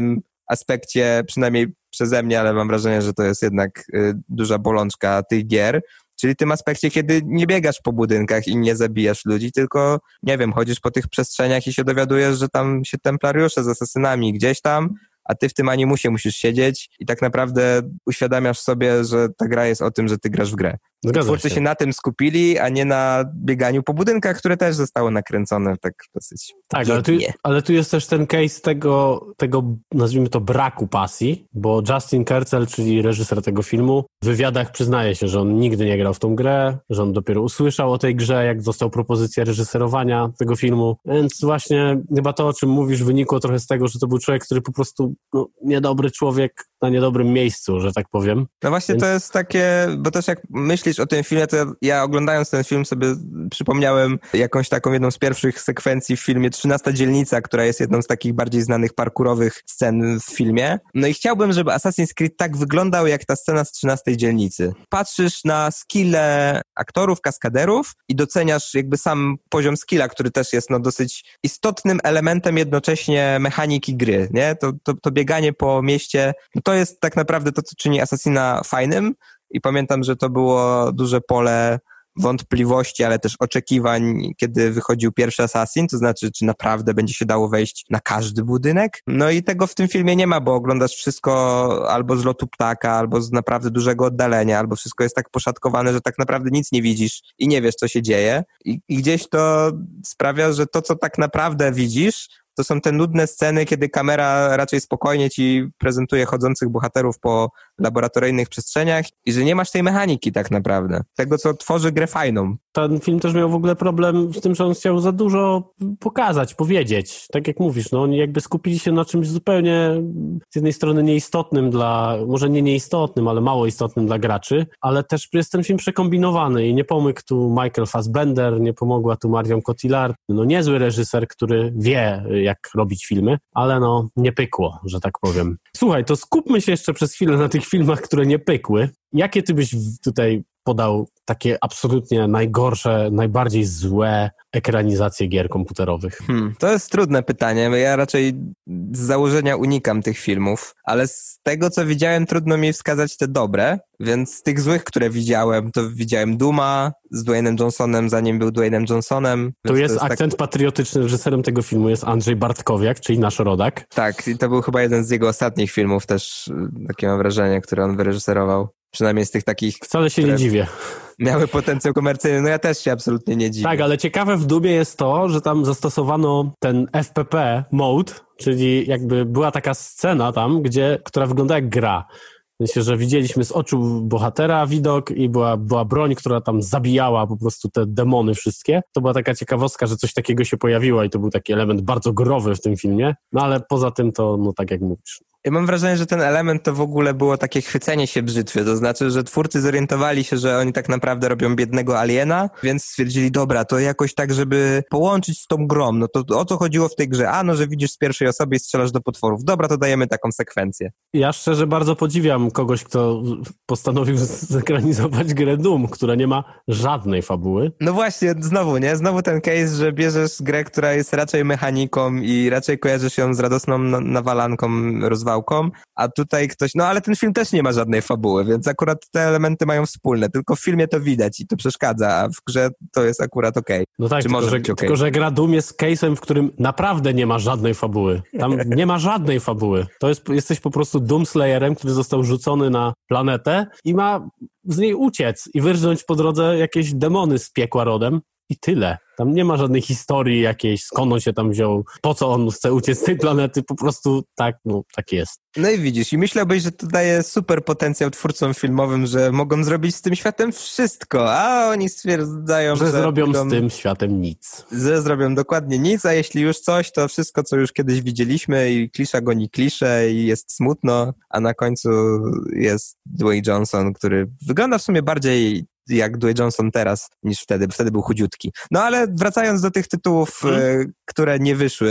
aspekcie, przynajmniej przeze mnie, ale mam wrażenie, że to jest jednak y, duża bolączka tych gier, czyli tym aspekcie, kiedy nie biegasz po budynkach i nie zabijasz ludzi, tylko, nie wiem, chodzisz po tych przestrzeniach i się dowiadujesz, że tam się templariusze z asasynami gdzieś tam, a ty w tym animusie musisz siedzieć i tak naprawdę uświadamiasz sobie, że ta gra jest o tym, że ty grasz w grę. Twórcy się. się na tym skupili, a nie na bieganiu po budynkach, które też zostało nakręcone tak dosyć. Tak, ale tu, ale tu jest też ten case tego, tego, nazwijmy to, braku pasji, bo Justin Kurzel, czyli reżyser tego filmu, w wywiadach przyznaje się, że on nigdy nie grał w tą grę, że on dopiero usłyszał o tej grze, jak dostał propozycję reżyserowania tego filmu, więc właśnie chyba to, o czym mówisz, wynikło trochę z tego, że to był człowiek, który po prostu, no, niedobry człowiek na niedobrym miejscu, że tak powiem. No właśnie więc... to jest takie, bo też jak myślisz o tym filmie, to ja oglądając ten film sobie przypomniałem jakąś taką jedną z pierwszych sekwencji w filmie trzynasta dzielnica, która jest jedną z takich bardziej znanych parkurowych scen w filmie. No i chciałbym, żeby Assassin's Creed tak wyglądał jak ta scena z trzynastej dzielnicy. Patrzysz na skille aktorów, kaskaderów i doceniasz jakby sam poziom skilla, który też jest no dosyć istotnym elementem jednocześnie mechaniki gry, nie? To, to, to bieganie po mieście, no to jest tak naprawdę to, co czyni Assassina fajnym i pamiętam, że to było duże pole wątpliwości, ale też oczekiwań, kiedy wychodził pierwszy Assassin, to znaczy, czy naprawdę będzie się dało wejść na każdy budynek. No i tego w tym filmie nie ma, bo oglądasz wszystko albo z lotu ptaka, albo z naprawdę dużego oddalenia, albo wszystko jest tak poszatkowane, że tak naprawdę nic nie widzisz i nie wiesz, co się dzieje. I, i gdzieś to sprawia, że to, co tak naprawdę widzisz, to są te nudne sceny, kiedy kamera raczej spokojnie ci prezentuje chodzących bohaterów po laboratoryjnych przestrzeniach i że nie masz tej mechaniki tak naprawdę. Tego, co tworzy grę fajną. Ten film też miał w ogóle problem z tym, że on chciał za dużo pokazać, powiedzieć. Tak jak mówisz, no oni jakby skupili się na czymś zupełnie z jednej strony nieistotnym dla, może nie nieistotnym, ale mało istotnym dla graczy, ale też jest ten film przekombinowany i nie pomógł tu Michael Fassbender, nie pomogła tu Marion Cotillard. No niezły reżyser, który wie, jak robić filmy, ale no nie pykło, że tak powiem. Słuchaj, to skupmy się jeszcze przez chwilę na tych filmach, które nie pykły. Jakie ty byś tutaj podał takie absolutnie najgorsze, najbardziej złe ekranizacje gier komputerowych? Hmm, to jest trudne pytanie. Ja raczej z założenia unikam tych filmów, ale z tego, co widziałem, trudno mi wskazać te dobre, więc z tych złych, które widziałem, to widziałem Dooma z Dwaynem Johnsonem, zanim był Dwaynem Johnsonem. Tu jest, jest akcent tak... patriotyczny. Reżyserem tego filmu jest Andrzej Bartkowiak, czyli nasz rodak. Tak, i to był chyba jeden z jego ostatnich filmów też, takie mam wrażenie, które on wyreżyserował. Przynajmniej z tych takich... Wcale się nie dziwię. Miały potencjał komercyjny, no ja też się absolutnie nie dziwię. Tak, ale ciekawe w Doomie jest to, że tam zastosowano ten F P P mode, czyli jakby była taka scena tam, gdzie, która wygląda jak gra. Myślę, że widzieliśmy z oczu bohatera widok i była, była broń, która tam zabijała po prostu te demony wszystkie. To była taka ciekawostka, że coś takiego się pojawiło i to był taki element bardzo growy w tym filmie. No ale poza tym to, no tak jak mówisz. Ja mam wrażenie, że ten element to w ogóle było takie chwycenie się brzytwy, to znaczy, że twórcy zorientowali się, że oni tak naprawdę robią biednego aliena, więc stwierdzili, dobra, to jakoś tak, żeby połączyć z tą grą, no to o co chodziło w tej grze? A, no, że widzisz z pierwszej osoby i strzelasz do potworów. Dobra, to dajemy taką sekwencję. Ja szczerze bardzo podziwiam kogoś, kto postanowił zekranizować grę Doom, która nie ma żadnej fabuły. No właśnie, znowu, nie? Znowu ten case, że bierzesz grę, która jest raczej mechaniką i raczej kojarzysz ją z radosną nawalanką, rozwałką, a tutaj ktoś, no ale ten film też nie ma żadnej fabuły, więc akurat te elementy mają wspólne, tylko w filmie to widać i to przeszkadza, a w grze to jest akurat okej. Okay. No tak, tylko, że, okay. tylko że gra Doom jest case'em, w którym naprawdę nie ma żadnej fabuły. Tam nie ma żadnej fabuły. To jest, jesteś po prostu Doomslayerem, który został rzucony na planetę i ma z niej uciec i wyrżnąć po drodze jakieś demony z piekła rodem. I tyle. Tam nie ma żadnej historii jakiejś, skąd on się tam wziął, po co on chce uciec z tej planety, po prostu tak, no, tak jest. No i widzisz, i myślałbyś, że to daje super potencjał twórcom filmowym, że mogą zrobić z tym światem wszystko, a oni stwierdzają, że... Że zrobią będą, z tym światem nic. Że zrobią dokładnie nic, a jeśli już coś, to wszystko, co już kiedyś widzieliśmy i klisza goni kliszę i jest smutno, a na końcu jest Dwayne Johnson, który wygląda w sumie bardziej jak Dwayne Johnson teraz, niż wtedy, bo wtedy był chudziutki. No ale wracając do tych tytułów, hmm. y, które nie wyszły,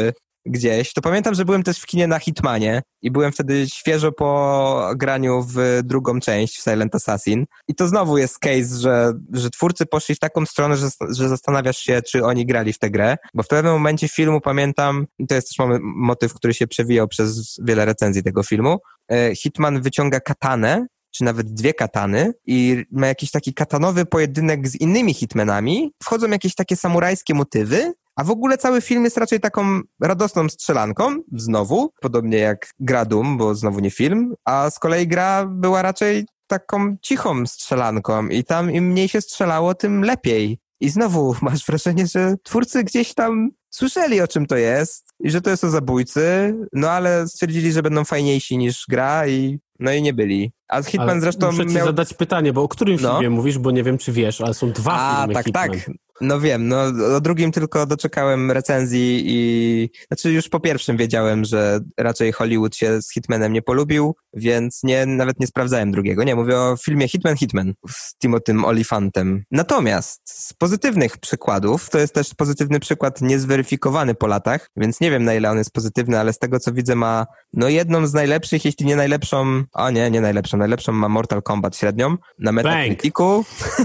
gdzieś, to pamiętam, że byłem też w kinie na Hitmanie i byłem wtedy świeżo po graniu w drugą część, w Silent Assassin. I to znowu jest case, że, że twórcy poszli w taką stronę, że, że zastanawiasz się, czy oni grali w tę grę, bo w pewnym momencie filmu pamiętam, i to jest też motyw, który się przewijał przez wiele recenzji tego filmu, Hitman wyciąga katanę, czy nawet dwie katany i ma jakiś taki katanowy pojedynek z innymi hitmanami, wchodzą jakieś takie samurajskie motywy, a w ogóle cały film jest raczej taką radosną strzelanką, znowu, podobnie jak gra Doom, bo znowu nie film, a z kolei gra była raczej taką cichą strzelanką i tam im mniej się strzelało, tym lepiej. I znowu masz wrażenie, że twórcy gdzieś tam słyszeli, o czym to jest i że to jest o zabójcy, no ale stwierdzili, że będą fajniejsi niż gra i no i nie byli. A Hitman ale zresztą muszę ci miał... zadać pytanie, bo o którym no. filmie mówisz, bo nie wiem, czy wiesz, ale są dwa A, filmy tak, Hitman. tak. No wiem, no o drugim tylko doczekałem recenzji i... Znaczy już po pierwszym wiedziałem, że raczej Hollywood się z Hitmanem nie polubił, więc nie, nawet nie sprawdzałem drugiego. Nie, mówię o filmie Hitman Hitman z Timothym Olifantem. Natomiast z pozytywnych przykładów, to jest też pozytywny przykład niezweryfikowany po latach, więc nie wiem, na ile on jest pozytywny, ale z tego, co widzę, ma no jedną z najlepszych, jeśli nie najlepszą, o nie, nie najlepszą, najlepszą ma Mortal Kombat średnią na Metacriticu.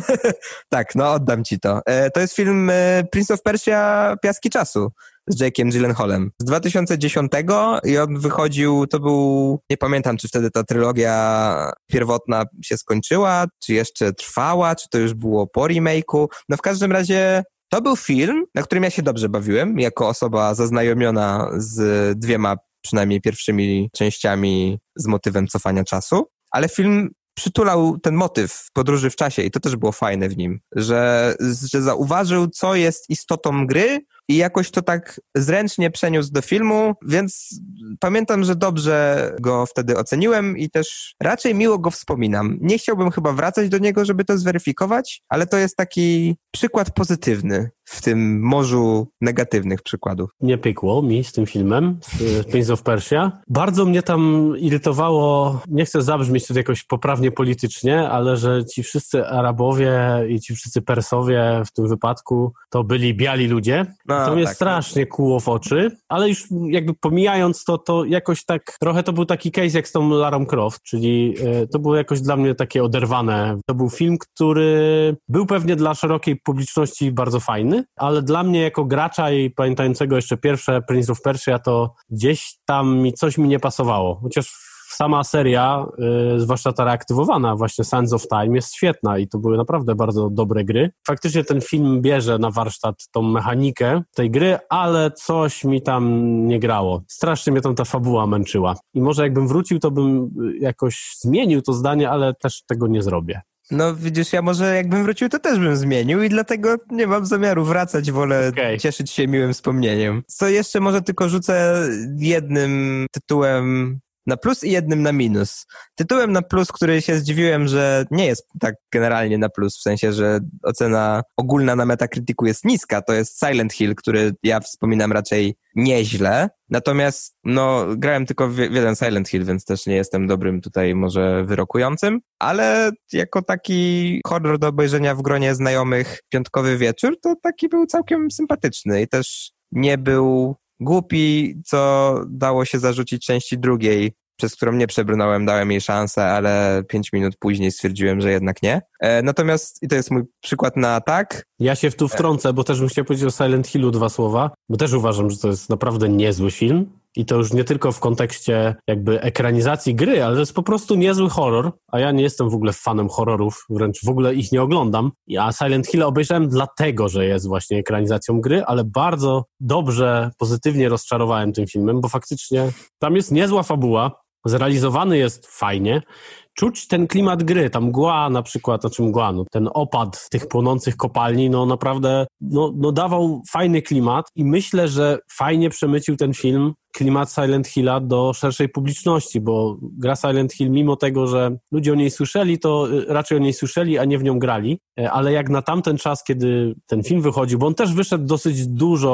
Tak, no oddam ci to. E, to jest film e, Prince of Persia Piaski Czasu z Jake'em Gyllenhaalem z dwa tysiące dziesiątego i on wychodził, to był, nie pamiętam, czy wtedy ta trylogia pierwotna się skończyła, czy jeszcze trwała, czy to już było po remake'u. No w każdym razie to był film, na którym ja się dobrze bawiłem, jako osoba zaznajomiona z dwiema przynajmniej pierwszymi częściami z motywem cofania czasu, ale film przytulał ten motyw podróży w czasie i to też było fajne w nim, że, że zauważył, co jest istotą gry i jakoś to tak zręcznie przeniósł do filmu, więc pamiętam, że dobrze go wtedy oceniłem i też raczej miło go wspominam. Nie chciałbym chyba wracać do niego, żeby to zweryfikować, ale to jest taki przykład pozytywny w tym morzu negatywnych przykładów. Nie pykło mi z tym filmem, z Prince of Persia. Bardzo mnie tam irytowało, nie chcę zabrzmieć tutaj jakoś poprawnie politycznie, ale że ci wszyscy Arabowie i ci wszyscy Persowie w tym wypadku to byli biali ludzie. No, to mnie tak, strasznie kłuło w oczy, ale już jakby pomijając to, to jakoś tak, trochę to był taki case jak z tą Larą Croft, czyli y, to było jakoś dla mnie takie oderwane. To był film, który był pewnie dla szerokiej publiczności bardzo fajny, ale dla mnie jako gracza i pamiętającego jeszcze pierwsze Prince of Persia, to gdzieś tam mi coś mi nie pasowało. Chociaż sama seria, yy, zwłaszcza ta reaktywowana, właśnie Sands of Time, jest świetna i to były naprawdę bardzo dobre gry. Faktycznie ten film bierze na warsztat tą mechanikę tej gry, ale coś mi tam nie grało. Strasznie mnie tam ta fabuła męczyła. I może jakbym wrócił, to bym jakoś zmienił to zdanie, ale też tego nie zrobię. No widzisz, ja może jakbym wrócił, to też bym zmienił i dlatego nie mam zamiaru wracać, wolę okay. cieszyć się miłym wspomnieniem. Co jeszcze może tylko rzucę jednym tytułem na plus i jednym na minus. Tytułem na plus, który się zdziwiłem, że nie jest tak generalnie na plus, w sensie, że ocena ogólna na Metacriticu jest niska, to jest Silent Hill, który ja wspominam raczej nieźle. Natomiast no grałem tylko w jeden Silent Hill, więc też nie jestem dobrym tutaj może wyrokującym, ale jako taki horror do obejrzenia w gronie znajomych piątkowy wieczór, to taki był całkiem sympatyczny i też nie był głupi, co dało się zarzucić części drugiej, przez którą nie przebrnąłem, dałem jej szansę, ale pięć minut później stwierdziłem, że jednak nie. E, natomiast, i to jest mój przykład na tak. Ja się w tu wtrącę, bo też bym chciał powiedzieć o Silent Hillu dwa słowa, bo też uważam, że to jest naprawdę niezły film. I to już nie tylko w kontekście jakby ekranizacji gry, ale to jest po prostu niezły horror, a ja nie jestem w ogóle fanem horrorów, wręcz w ogóle ich nie oglądam. Ja Silent Hill obejrzałem dlatego, że jest właśnie ekranizacją gry, ale bardzo dobrze, pozytywnie rozczarowałem tym filmem, bo faktycznie tam jest niezła fabuła, zrealizowany jest fajnie, czuć ten klimat gry, ta mgła na przykład, znaczy mgła, no, ten opad tych płonących kopalni, no naprawdę no, no dawał fajny klimat i myślę, że fajnie przemycił ten film klimat Silent Hilla do szerszej publiczności, bo gra Silent Hill, mimo tego, że ludzie o niej słyszeli, to raczej o niej słyszeli, a nie w nią grali, ale jak na tamten czas, kiedy ten film wychodził, bo on też wyszedł dosyć dużo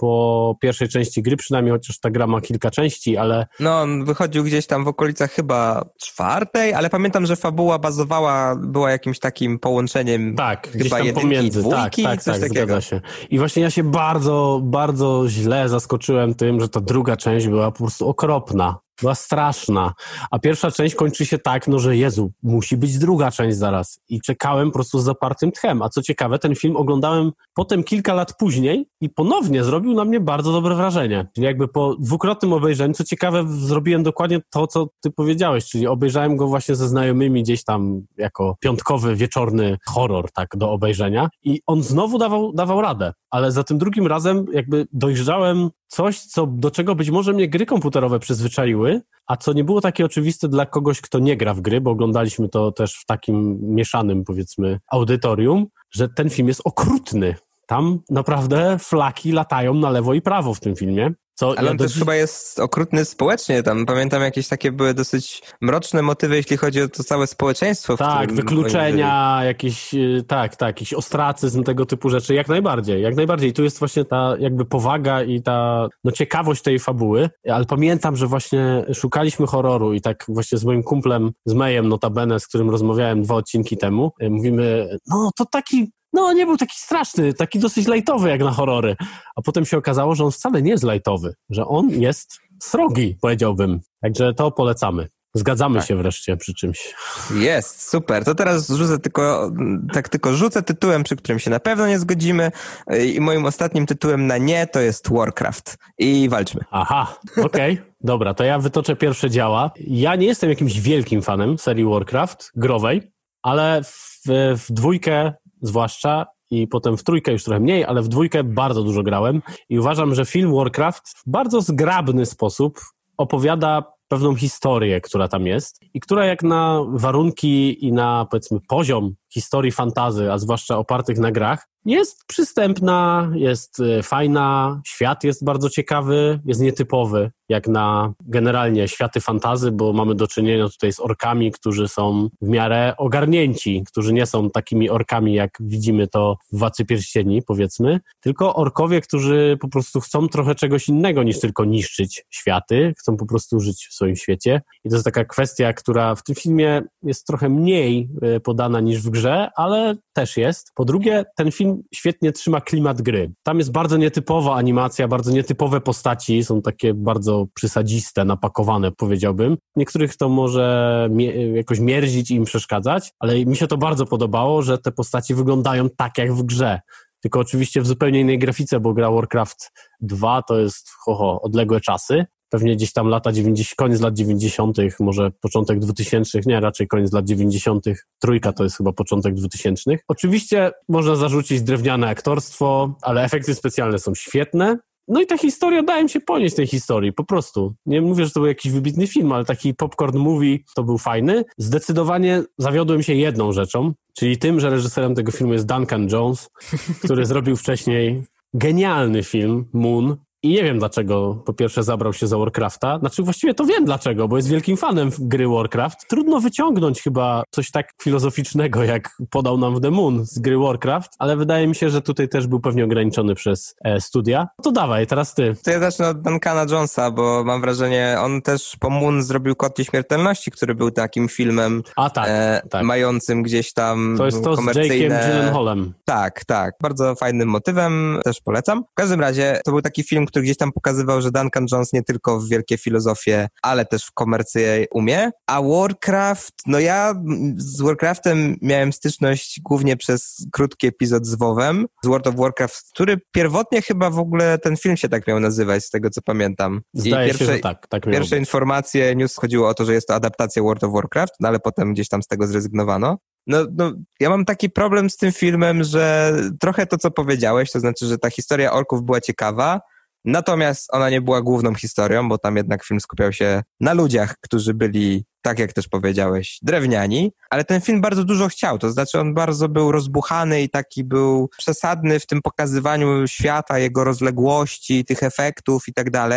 po pierwszej części gry, przynajmniej chociaż ta gra ma kilka części, ale... No, on wychodził gdzieś tam w okolicach chyba czwartej, ale pamiętam, że fabuła bazowała, była jakimś takim połączeniem tak, chyba gdzieś tam jedynki pomiędzy. i dwójki, tak, tak, coś tak, takiego. Zgadza się. I właśnie ja się bardzo, bardzo źle zaskoczyłem tym, że ta druga część była po prostu okropna. Była straszna. A pierwsza część kończy się tak, no że Jezu, musi być druga część zaraz. I czekałem po prostu z zapartym tchem. A co ciekawe, ten film oglądałem potem kilka lat później i ponownie zrobił na mnie bardzo dobre wrażenie. Czyli jakby po dwukrotnym obejrzeniu, co ciekawe, zrobiłem dokładnie to, co ty powiedziałeś, czyli obejrzałem go właśnie ze znajomymi gdzieś tam jako piątkowy, wieczorny horror, tak, do obejrzenia. I on znowu dawał, dawał radę. Ale za tym drugim razem jakby dojrzałem coś, co, do czego być może mnie gry komputerowe przyzwyczaiły, a co nie było takie oczywiste dla kogoś, kto nie gra w gry, bo oglądaliśmy to też w takim mieszanym, powiedzmy, audytorium, że ten film jest okrutny. Tam naprawdę flaki latają na lewo i prawo w tym filmie. Co Ale ja on do też dziś... chyba jest okrutny społecznie. Tam pamiętam, jakieś takie były dosyć mroczne motywy, jeśli chodzi o to całe społeczeństwo. W Tak, którym wykluczenia, jakieś, tak, tak, jakiś ostracyzm, tego typu rzeczy, jak najbardziej, jak najbardziej. Tu jest właśnie ta jakby powaga i ta no, ciekawość tej fabuły, ale pamiętam, że właśnie szukaliśmy horroru i tak właśnie z moim kumplem, z Mejem notabene, z którym rozmawiałem dwa odcinki temu, mówimy, no to taki... No, nie był taki straszny, taki dosyć lajtowy jak na horrory. A potem się okazało, że on wcale nie jest lajtowy, że on jest srogi, powiedziałbym. Także to polecamy. Zgadzamy tak. się wreszcie przy czymś. Jest, super. To teraz rzucę tylko, tak tylko rzucę tytułem, przy którym się na pewno nie zgodzimy i moim ostatnim tytułem na nie to jest Warcraft. I walczmy. Aha, okej. Okay. Dobra, to ja wytoczę pierwsze działa. Ja nie jestem jakimś wielkim fanem serii Warcraft growej, ale w, w dwójkę zwłaszcza i potem w trójkę już trochę mniej, ale w dwójkę bardzo dużo grałem i uważam, że film Warcraft w bardzo zgrabny sposób opowiada pewną historię, która tam jest i która jak na warunki i na, powiedzmy, poziom historii fantasy, a zwłaszcza opartych na grach, jest przystępna, jest fajna, świat jest bardzo ciekawy, jest nietypowy, jak na generalnie światy fantasy, bo mamy do czynienia tutaj z orkami, którzy są w miarę ogarnięci, którzy nie są takimi orkami, jak widzimy to w Władcy Pierścieni, powiedzmy, tylko orkowie, którzy po prostu chcą trochę czegoś innego niż tylko niszczyć światy, chcą po prostu żyć w swoim świecie. I to jest taka kwestia, która w tym filmie jest trochę mniej podana niż w grze, ale też jest. Po drugie, ten film świetnie trzyma klimat gry. Tam jest bardzo nietypowa animacja, bardzo nietypowe postaci, są takie bardzo przysadziste, napakowane, powiedziałbym. Niektórych to może mie- jakoś mierzić i im przeszkadzać, ale mi się to bardzo podobało, że te postaci wyglądają tak jak w grze. Tylko oczywiście w zupełnie innej grafice, bo gra Warcraft dwa to jest ho, ho, odległe czasy. Pewnie gdzieś tam lata dziewięćdziesiąte, koniec lat dziewięćdziesiątych, może początek dwutysięcznych, nie, raczej koniec lat dziewięćdziesiątych. Trójka to jest chyba początek dwutysięcznych. Oczywiście można zarzucić drewniane aktorstwo, ale efekty specjalne są świetne. No i ta historia, dałem się ponieść tej historii, po prostu. Nie mówię, że to był jakiś wybitny film, ale taki popcorn movie to był fajny. Zdecydowanie zawiodłem się jedną rzeczą, czyli tym, że reżyserem tego filmu jest Duncan Jones, który zrobił wcześniej genialny film Moon. I nie wiem dlaczego po pierwsze zabrał się za Warcrafta. Znaczy właściwie to wiem dlaczego, bo jest wielkim fanem gry Warcraft. Trudno wyciągnąć chyba coś tak filozoficznego, jak podał nam w The Moon z gry Warcraft, ale wydaje mi się, że tutaj też był pewnie ograniczony przez e, studia. To dawaj, teraz ty. To ja zacznę od Duncana Jonesa, bo mam wrażenie, on też po Moon zrobił Kod Nieśmiertelności, który był takim filmem A, tak, e, tak. mającym gdzieś tam to jest to komercyjne... z Jake'em Gyllenhaalem. Tak, tak. Bardzo fajnym motywem, też polecam. W każdym razie to był taki film, który gdzieś tam pokazywał, że Duncan Jones nie tylko w wielkie filozofie, ale też w komercję umie. A Warcraft, no ja z Warcraftem miałem styczność głównie przez krótki epizod z WoWem, z World of Warcraft, który pierwotnie chyba w ogóle ten film się tak miał nazywać, z tego co pamiętam. Zdaje I pierwsze, się, że tak. tak pierwsze informacje, news chodziło o to, że jest to adaptacja World of Warcraft, no ale potem gdzieś tam z tego zrezygnowano. No, no, ja mam taki problem z tym filmem, że trochę to, co powiedziałeś, to znaczy, że ta historia orków była ciekawa, natomiast ona nie była główną historią, bo tam jednak film skupiał się na ludziach, którzy byli, tak jak też powiedziałeś, drewniani, ale ten film bardzo dużo chciał, to znaczy on bardzo był rozbuchany i taki był przesadny w tym pokazywaniu świata, jego rozległości, tych efektów i tak dalej.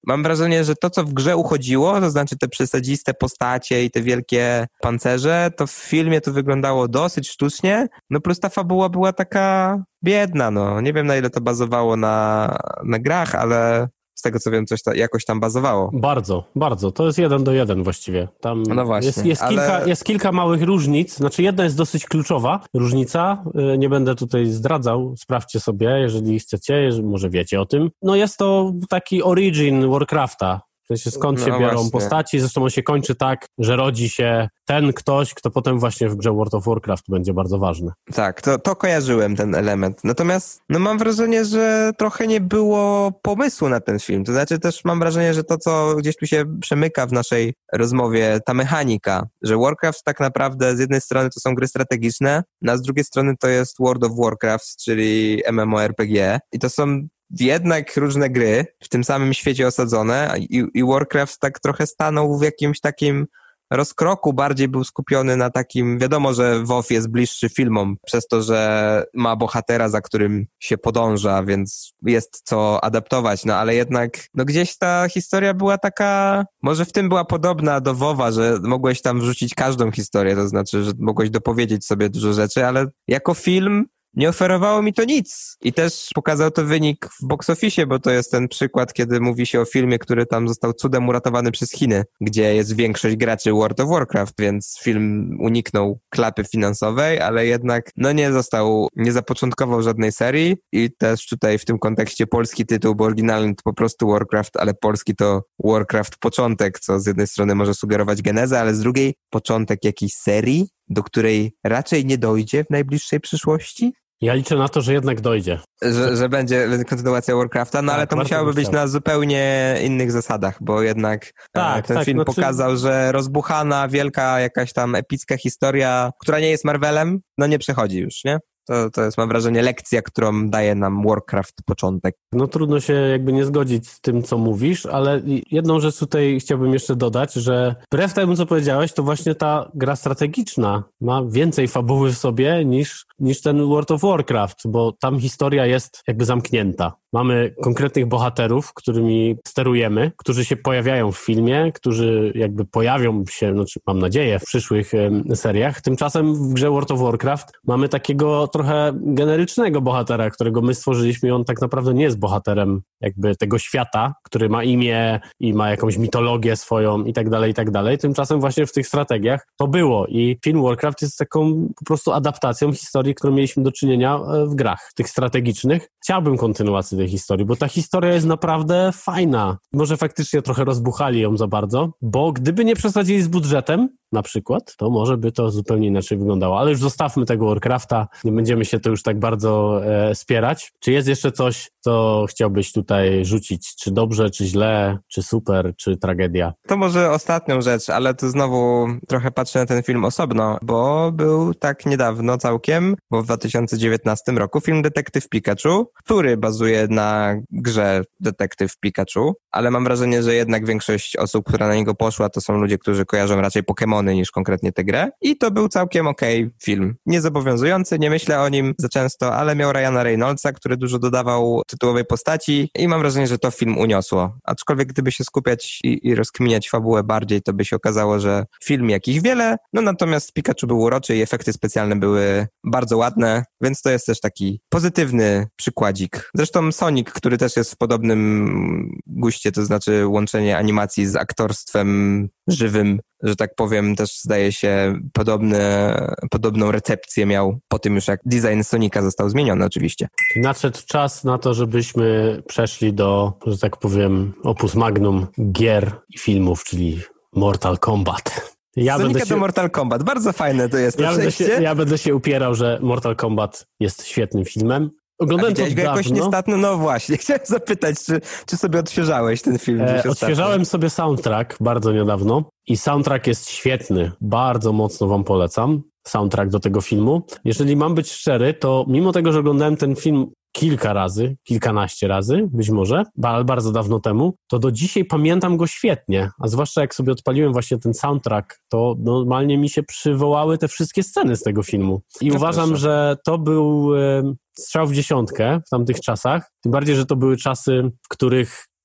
mam wrażenie, że to, co w grze uchodziło, to znaczy te przesadziste postacie i te wielkie pancerze, to w filmie to wyglądało dosyć sztucznie, no plus ta fabuła była taka biedna, no. Nie wiem, na ile to bazowało na, na grach, ale z tego, co wiem, coś ta, jakoś tam bazowało. Bardzo, bardzo. To jest jeden do jeden właściwie. Tam no właśnie, jest, jest, ale... kilka, jest kilka małych różnic. Znaczy jedna jest dosyć kluczowa różnica. Nie będę tutaj zdradzał. Sprawdźcie sobie, jeżeli chcecie, jeżeli może wiecie o tym. No jest to taki origin Warcrafta. W sensie skąd się no biorą właśnie. postaci. Zresztą on się kończy tak, że rodzi się ten ktoś, kto potem właśnie w grze World of Warcraft będzie bardzo ważny. Tak, to, to kojarzyłem ten element. Natomiast no mam wrażenie, że trochę nie było pomysłu na ten film. To znaczy też mam wrażenie, że to, co gdzieś tu się przemyka w naszej rozmowie, ta mechanika, że Warcraft tak naprawdę z jednej strony to są gry strategiczne, a z drugiej strony to jest World of Warcraft, czyli MMORPG i to są jednak różne gry w tym samym świecie osadzone i, i Warcraft tak trochę stanął w jakimś takim rozkroku, bardziej był skupiony na takim, wiadomo, że WoW jest bliższy filmom przez to, że ma bohatera, za którym się podąża, więc jest co adaptować, no ale jednak no gdzieś ta historia była taka, może w tym była podobna do WoWa, że mogłeś tam wrzucić każdą historię, to znaczy, że mogłeś dopowiedzieć sobie dużo rzeczy, ale jako film nie oferowało mi to nic. I też pokazał to wynik w box office, bo to jest ten przykład, kiedy mówi się o filmie, który tam został cudem uratowany przez Chiny, gdzie jest większość graczy World of Warcraft, więc film uniknął klapy finansowej, ale jednak no nie został, nie zapoczątkował żadnej serii i też tutaj w tym kontekście polski tytuł, bo oryginalny to po prostu Warcraft, ale polski to Warcraft Początek, co z jednej strony może sugerować genezę, ale z drugiej początek jakiejś serii, do której raczej nie dojdzie w najbliższej przyszłości? Ja liczę na to, że jednak dojdzie. Że, że będzie kontynuacja Warcrafta, no tak, ale to musiałoby być na zupełnie innych zasadach, bo jednak tak, ten tak, film znaczy... pokazał, że rozbuchana, wielka, jakaś tam epicka historia, która nie jest Marvelem, no nie przechodzi już, nie? To, to jest, mam wrażenie, lekcja, którą daje nam Warcraft Początek. No trudno się jakby nie zgodzić z tym, co mówisz, ale jedną rzecz tutaj chciałbym jeszcze dodać, że wbrew temu, co powiedziałeś, to właśnie ta gra strategiczna ma więcej fabuły w sobie niż, niż ten World of Warcraft, bo tam historia jest jakby zamknięta. Mamy konkretnych bohaterów, którymi sterujemy, którzy się pojawiają w filmie, którzy jakby pojawią się, znaczy mam nadzieję, w przyszłych seriach. Tymczasem w grze World of Warcraft mamy takiego trochę generycznego bohatera, którego my stworzyliśmy i on tak naprawdę nie jest bohaterem jakby tego świata, który ma imię i ma jakąś mitologię swoją i tak dalej, i tak dalej. Tymczasem właśnie w tych strategiach to było i film Warcraft jest taką po prostu adaptacją historii, którą mieliśmy do czynienia w grach, tych strategicznych. Chciałbym kontynuacji tej historii, bo ta historia jest naprawdę fajna. Może faktycznie trochę rozbuchali ją za bardzo, bo gdyby nie przesadzili z budżetem, na przykład, to może by to zupełnie inaczej wyglądało. Ale już zostawmy tego Warcrafta, nie będziemy się tu już tak bardzo e, spierać. Czy jest jeszcze coś, co chciałbyś tutaj rzucić? Czy dobrze, czy źle, czy super, czy tragedia? To może ostatnią rzecz, ale tu znowu trochę patrzę na ten film osobno, bo był tak niedawno całkiem, bo w dwa tysiące dziewiętnastym roku film Detektyw Pikachu, który bazuje na grze Detektyw Pikachu, ale mam wrażenie, że jednak większość osób, która na niego poszła, to są ludzie, którzy kojarzą raczej Pokémony niż konkretnie tę grę. I to był całkiem okej okay film. Niezobowiązujący, nie myślę o nim za często, ale miał Ryana Reynoldsa, który dużo dodawał tytułowej postaci i mam wrażenie, że to film uniosło. Aczkolwiek gdyby się skupiać i, i rozkminiać fabułę bardziej, to by się okazało, że film jakich wiele, no natomiast Pikachu był uroczy i efekty specjalne były bardzo ładne, więc to jest też taki pozytywny przykładzik. Zresztą Sonic, który też jest w podobnym guście, to znaczy łączenie animacji z aktorstwem żywym, że tak powiem, też zdaje się podobne, podobną recepcję miał po tym już jak design Sonika został zmieniony oczywiście. Nadszedł czas na to, żebyśmy przeszli do, że tak powiem, opus magnum gier i filmów, czyli Mortal Kombat. Ja Sonika się, do Mortal Kombat, bardzo fajne to jest to ja będę się, ja będę się upierał, że Mortal Kombat jest świetnym filmem. Oglądałem to go jakoś niestatno? No właśnie, chciałem zapytać, czy, czy sobie odświeżałeś ten film? E, odświeżałem sobie soundtrack bardzo niedawno i soundtrack jest świetny, bardzo mocno wam polecam soundtrack do tego filmu. Jeżeli mam być szczery, to mimo tego, że oglądałem ten film kilka razy, kilkanaście razy, być może, ale bardzo dawno temu, to do dzisiaj pamiętam go świetnie, a zwłaszcza jak sobie odpaliłem właśnie ten soundtrack, to normalnie mi się przywołały te wszystkie sceny z tego filmu. I to uważam, proszę. że to był e, strzał w dziesiątkę w tamtych czasach, tym bardziej, że to były czasy, w których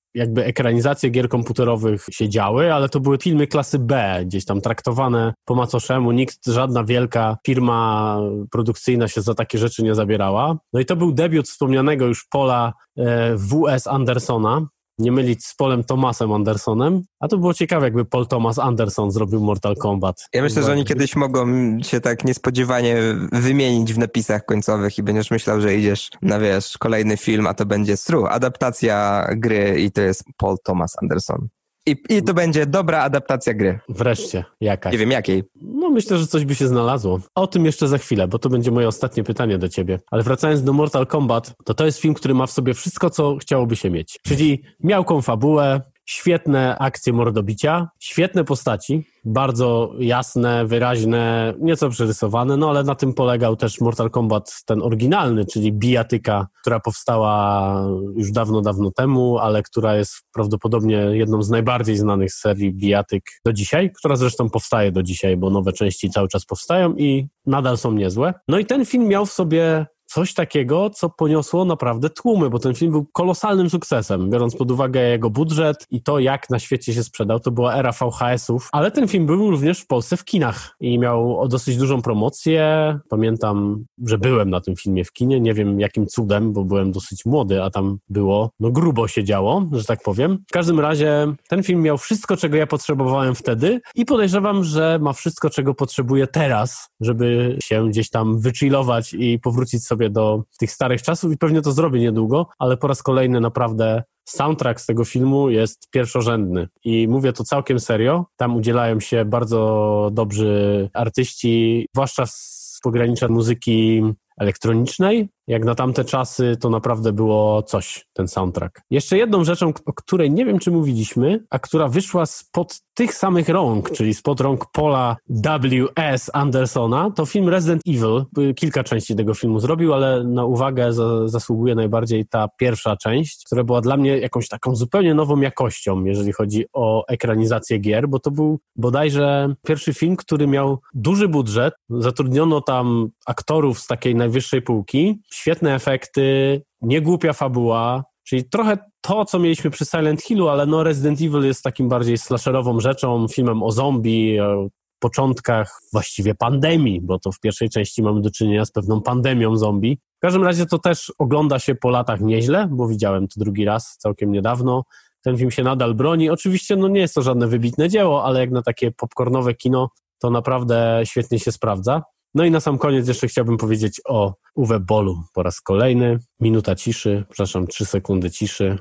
jakby ekranizacje gier komputerowych się działy, ale to były filmy klasy B, gdzieś tam traktowane po macoszemu. Nikt, żadna wielka firma produkcyjna się za takie rzeczy nie zabierała. No i to był debiut wspomnianego już Paula e, W S Andersona, nie mylić z Paulem Thomasem Andersonem, a to było ciekawe, jakby Paul Thomas Anderson zrobił Mortal Kombat. Ja myślę, że oni kiedyś mogą się tak niespodziewanie wymienić w napisach końcowych i będziesz myślał, że idziesz na, wiesz, kolejny film, a to będzie stru, adaptacja gry i to jest Paul Thomas Anderson. I, I to będzie dobra adaptacja gry. Wreszcie, jakaś. Nie wiem jakiej. No myślę, że coś by się znalazło. A o tym jeszcze za chwilę, bo to będzie moje ostatnie pytanie do ciebie. Ale wracając do Mortal Kombat, to to jest film, który ma w sobie wszystko, co chciałoby się mieć. Czyli miałką fabułę, świetne akcje mordobicia, świetne postaci, bardzo jasne, wyraźne, nieco przerysowane, no ale na tym polegał też Mortal Kombat ten oryginalny, czyli bijatyka, która powstała już dawno, dawno temu, ale która jest prawdopodobnie jedną z najbardziej znanych serii bijatyk do dzisiaj, która zresztą powstaje do dzisiaj, bo nowe części cały czas powstają i nadal są niezłe. No i ten film miał w sobie coś takiego, co poniosło naprawdę tłumy, bo ten film był kolosalnym sukcesem, biorąc pod uwagę jego budżet i to, jak na świecie się sprzedał. To była era V H S-ów, ale ten film był również w Polsce w kinach i miał dosyć dużą promocję. Pamiętam, że byłem na tym filmie w kinie, nie wiem jakim cudem, bo byłem dosyć młody, a tam było, no grubo się działo, że tak powiem. W każdym razie ten film miał wszystko, czego ja potrzebowałem wtedy i podejrzewam, że ma wszystko, czego potrzebuję teraz, żeby się gdzieś tam wychillować i powrócić sobie do tych starych czasów i pewnie to zrobię niedługo, ale po raz kolejny naprawdę soundtrack z tego filmu jest pierwszorzędny i mówię to całkiem serio. Tam udzielają się bardzo dobrzy artyści, zwłaszcza z pogranicza muzyki elektronicznej. Jak na tamte czasy, to naprawdę było coś, ten soundtrack. Jeszcze jedną rzeczą, o której nie wiem, czy mówiliśmy, a która wyszła spod tych samych rąk, czyli spod rąk Paula W S Andersona, to film Resident Evil. Kilka części tego filmu zrobił, ale na uwagę za, zasługuje najbardziej ta pierwsza część, która była dla mnie jakąś taką zupełnie nową jakością, jeżeli chodzi o ekranizację gier, bo to był bodajże pierwszy film, który miał duży budżet. Zatrudniono tam aktorów z takiej najwyższej półki, świetne efekty, niegłupia fabuła, czyli trochę to, co mieliśmy przy Silent Hillu, ale no Resident Evil jest takim bardziej slasherową rzeczą, filmem o zombie, o początkach właściwie pandemii, bo to w pierwszej części mamy do czynienia z pewną pandemią zombie. W każdym razie to też ogląda się po latach nieźle, bo widziałem to drugi raz całkiem niedawno. Ten film się nadal broni. Oczywiście no nie jest to żadne wybitne dzieło, ale jak na takie popcornowe kino to naprawdę świetnie się sprawdza. No i na sam koniec jeszcze chciałbym powiedzieć o Uwe Bollu po raz kolejny. Minuta ciszy, przepraszam, trzy sekundy ciszy.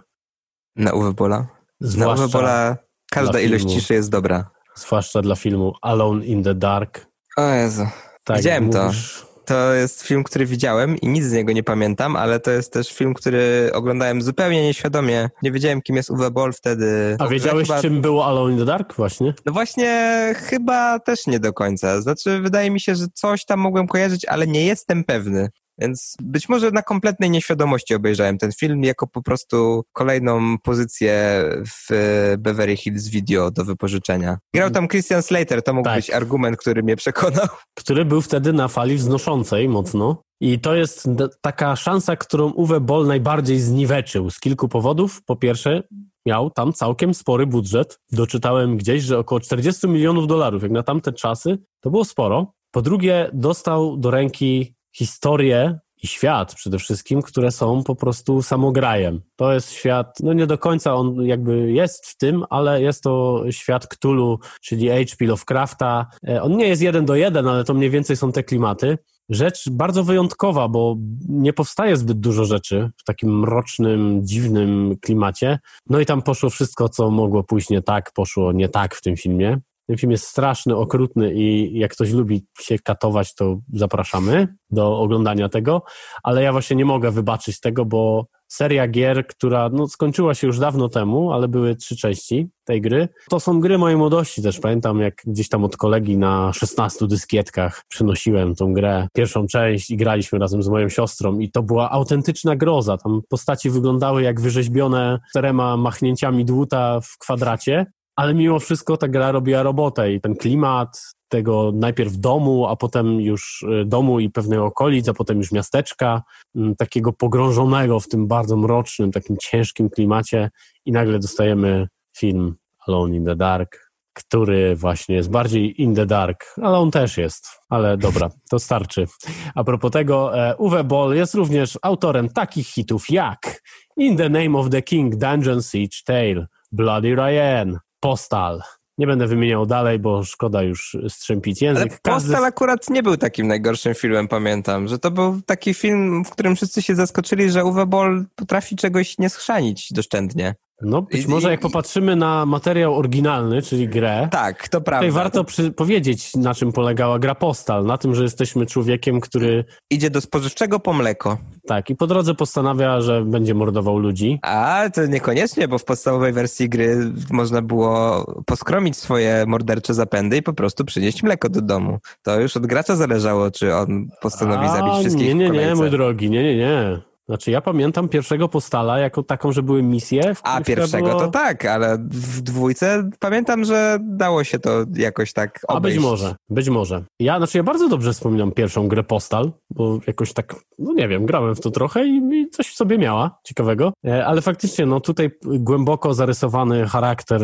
Na Uwe Bolla? Na Uwe Bolla każda ilość filmu, ciszy jest dobra. Zwłaszcza dla filmu Alone in the Dark. O Jezu, tak, widziałem mówisz... to. To jest film, który widziałem i nic z niego nie pamiętam, ale to jest też film, który oglądałem zupełnie nieświadomie. Nie wiedziałem, kim jest Uwe Boll wtedy. A wiedziałeś, chyba... czym było Alone in the Dark właśnie? No właśnie, chyba też nie do końca. Znaczy, wydaje mi się, że coś tam mogłem kojarzyć, ale nie jestem pewny. Więc być może na kompletnej nieświadomości obejrzałem ten film jako po prostu kolejną pozycję w Beverly Hills Video do wypożyczenia. Grał tam Christian Slater, to mógł tak. być argument, który mnie przekonał. Który był wtedy na fali wznoszącej mocno. I to jest taka szansa, którą Uwe Boll najbardziej zniweczył z kilku powodów. Po pierwsze, miał tam całkiem spory budżet. Doczytałem gdzieś, że około czterdzieści milionów dolarów. Jak na tamte czasy, to było sporo. Po drugie, dostał do ręki historię i świat przede wszystkim, które są po prostu samograjem. To jest świat, no nie do końca on jakby jest w tym, ale jest to świat Cthulhu, czyli H P Lovecrafta. On nie jest jeden do jeden, ale to mniej więcej są te klimaty. Rzecz bardzo wyjątkowa, bo nie powstaje zbyt dużo rzeczy w takim mrocznym, dziwnym klimacie. No i tam poszło wszystko, co mogło pójść nie tak, poszło nie tak w tym filmie. Ten film jest straszny, okrutny i jak ktoś lubi się katować, to zapraszamy do oglądania tego, ale ja właśnie nie mogę wybaczyć tego, bo seria gier, która no, skończyła się już dawno temu, ale były trzy części tej gry, to są gry mojej młodości też. Pamiętam, jak gdzieś tam od kolegi na szesnastu dyskietkach przynosiłem tą grę, pierwszą część i graliśmy razem z moją siostrą i to była autentyczna groza. Tam postaci wyglądały jak wyrzeźbione czterema machnięciami dłuta w kwadracie, ale mimo wszystko ta gra robiła robotę i ten klimat tego najpierw domu, a potem już domu i pewnych okolic, a potem już miasteczka, takiego pogrążonego w tym bardzo mrocznym, takim ciężkim klimacie i nagle dostajemy film Alone in the Dark, który właśnie jest bardziej in the dark, ale on też jest, ale dobra, to starczy. A propos tego, Uwe Boll jest również autorem takich hitów jak In the Name of the King, Dungeon Siege Tale, Bloody Ryan, Postal. Nie będę wymieniał dalej, bo szkoda już strzępić język. Ale Postal Każdy... akurat nie był takim najgorszym filmem, pamiętam, że to był taki film, w którym wszyscy się zaskoczyli, że Uwe Boll potrafi czegoś nie schrzanić doszczętnie. No być I, może jak i, popatrzymy na materiał oryginalny, czyli grę, tak, to prawda. Tutaj warto przy, powiedzieć, na czym polegała gra Postal. Na tym, że jesteśmy człowiekiem, który... Idzie do spożywczego po mleko. Tak, i po drodze postanawia, że będzie mordował ludzi. A, to niekoniecznie, bo w podstawowej wersji gry można było poskromić swoje mordercze zapędy i po prostu przynieść mleko do domu. To już od gracza zależało, czy on postanowi A, zabić wszystkich nie, nie, w kolejce. nie, mój drogi, nie, nie, nie. Znaczy ja pamiętam pierwszego Postala jako taką, że były misje. W A pierwszego było... to tak, ale w dwójce pamiętam, że dało się to jakoś tak obejść. A być może, być może. Ja, znaczy ja bardzo dobrze wspominam pierwszą grę Postal, bo jakoś tak, no nie wiem, grałem w to trochę i, i coś w sobie miała ciekawego, ale faktycznie no tutaj głęboko zarysowany charakter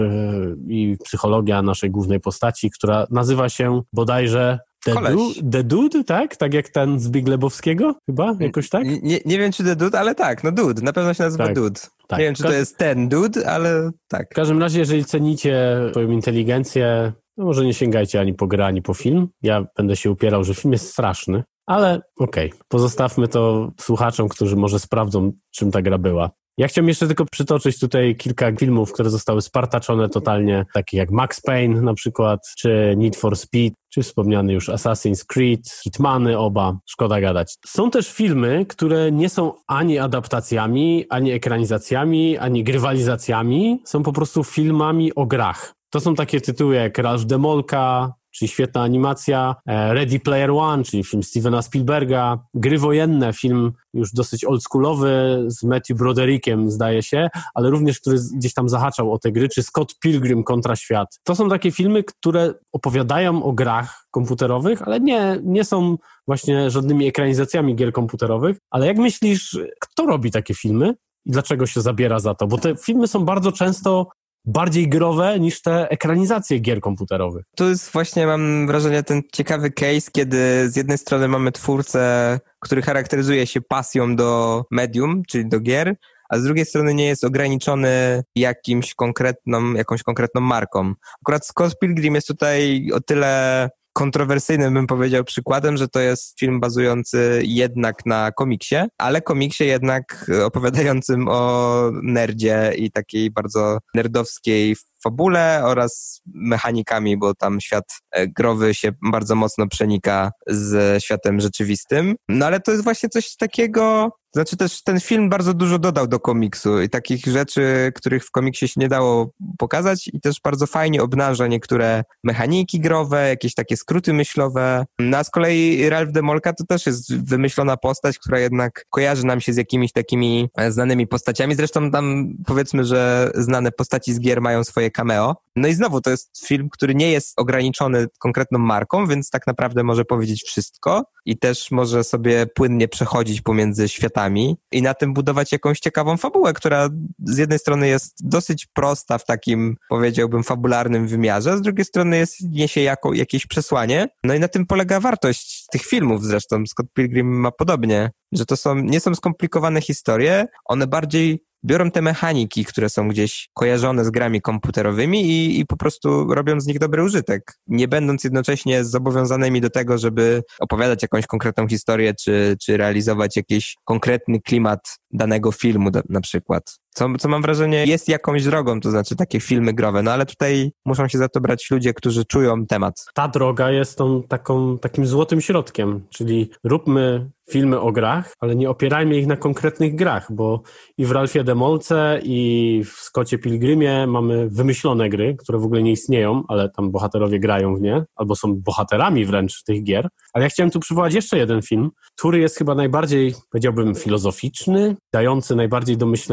i psychologia naszej głównej postaci, która nazywa się bodajże The, du- The Dude, tak? Tak jak ten z Big Lebowskiego chyba? Jakoś tak? Nie, nie wiem, czy The Dude, ale tak, no Dude. Na pewno się nazywa tak, Dude. Tak. Nie wiem, czy to jest ten Dude, ale tak. W każdym razie, jeżeli cenicie swoją inteligencję, no może nie sięgajcie ani po grę, ani po film. Ja będę się upierał, że film jest straszny, ale okej. Okay. Pozostawmy to słuchaczom, którzy może sprawdzą, czym ta gra była. Ja chciałem jeszcze tylko przytoczyć tutaj kilka filmów, które zostały spartaczone totalnie, takie jak Max Payne na przykład, czy Need for Speed, czy wspomniany już Assassin's Creed, Hitmany oba, szkoda gadać. Są też filmy, które nie są ani adaptacjami, ani ekranizacjami, ani grywalizacjami, są po prostu filmami o grach. To są takie tytuły jak Ralph Demolka, czyli świetna animacja, Ready Player One, czyli film Stevena Spielberga, Gry wojenne, film już dosyć oldschoolowy z Matthew Broderickiem, zdaje się, ale również, który gdzieś tam zahaczał o te gry, czy Scott Pilgrim kontra świat. To są takie filmy, które opowiadają o grach komputerowych, ale nie, nie są właśnie żadnymi ekranizacjami gier komputerowych. Ale jak myślisz, kto robi takie filmy i dlaczego się zabiera za to? Bo te filmy są bardzo często bardziej growe niż te ekranizacje gier komputerowych. Tu jest właśnie, mam wrażenie, ten ciekawy case, kiedy z jednej strony mamy twórcę, który charakteryzuje się pasją do medium, czyli do gier, a z drugiej strony nie jest ograniczony jakimś konkretną, jakąś konkretną marką. Akurat Scott Pilgrim jest tutaj o tyle kontrowersyjnym, bym powiedział, przykładem, że to jest film bazujący jednak na komiksie, ale komiksie jednak opowiadającym o nerdzie i takiej bardzo nerdowskiej fabule oraz mechanikami, bo tam świat growy się bardzo mocno przenika z światem rzeczywistym. No ale to jest właśnie coś takiego, znaczy też ten film bardzo dużo dodał do komiksu i takich rzeczy, których w komiksie się nie dało pokazać i też bardzo fajnie obnaża niektóre mechaniki growe, jakieś takie skróty myślowe. No a z kolei Ralph Demolka to też jest wymyślona postać, która jednak kojarzy nam się z jakimiś takimi znanymi postaciami. Zresztą tam powiedzmy, że znane postaci z gier mają swoje cameo. No i znowu to jest film, który nie jest ograniczony konkretną marką, więc tak naprawdę może powiedzieć wszystko i też może sobie płynnie przechodzić pomiędzy światami i na tym budować jakąś ciekawą fabułę, która z jednej strony jest dosyć prosta w takim, powiedziałbym, fabularnym wymiarze, a z drugiej strony jest, niesie jako, jakieś przesłanie. No i na tym polega wartość tych filmów zresztą. Scott Pilgrim ma podobnie, że to są, nie są skomplikowane historie, one bardziej biorą te mechaniki, które są gdzieś kojarzone z grami komputerowymi i, i po prostu robią z nich dobry użytek, nie będąc jednocześnie zobowiązanymi do tego, żeby opowiadać jakąś konkretną historię, czy, czy realizować jakiś konkretny klimat danego filmu do, na przykład. Co, co mam wrażenie jest jakąś drogą, to znaczy takie filmy growe, no ale tutaj muszą się za to brać ludzie, którzy czują temat. Ta droga jest tą taką, takim złotym środkiem, czyli róbmy filmy o grach, ale nie opierajmy ich na konkretnych grach, bo i w Ralphie Demolce, i w Scottie Pilgrimie mamy wymyślone gry, które w ogóle nie istnieją, ale tam bohaterowie grają w nie, albo są bohaterami wręcz tych gier. Ale ja chciałem tu przywołać jeszcze jeden film, który jest chyba najbardziej, powiedziałbym, filozoficzny, dający najbardziej do myślenia i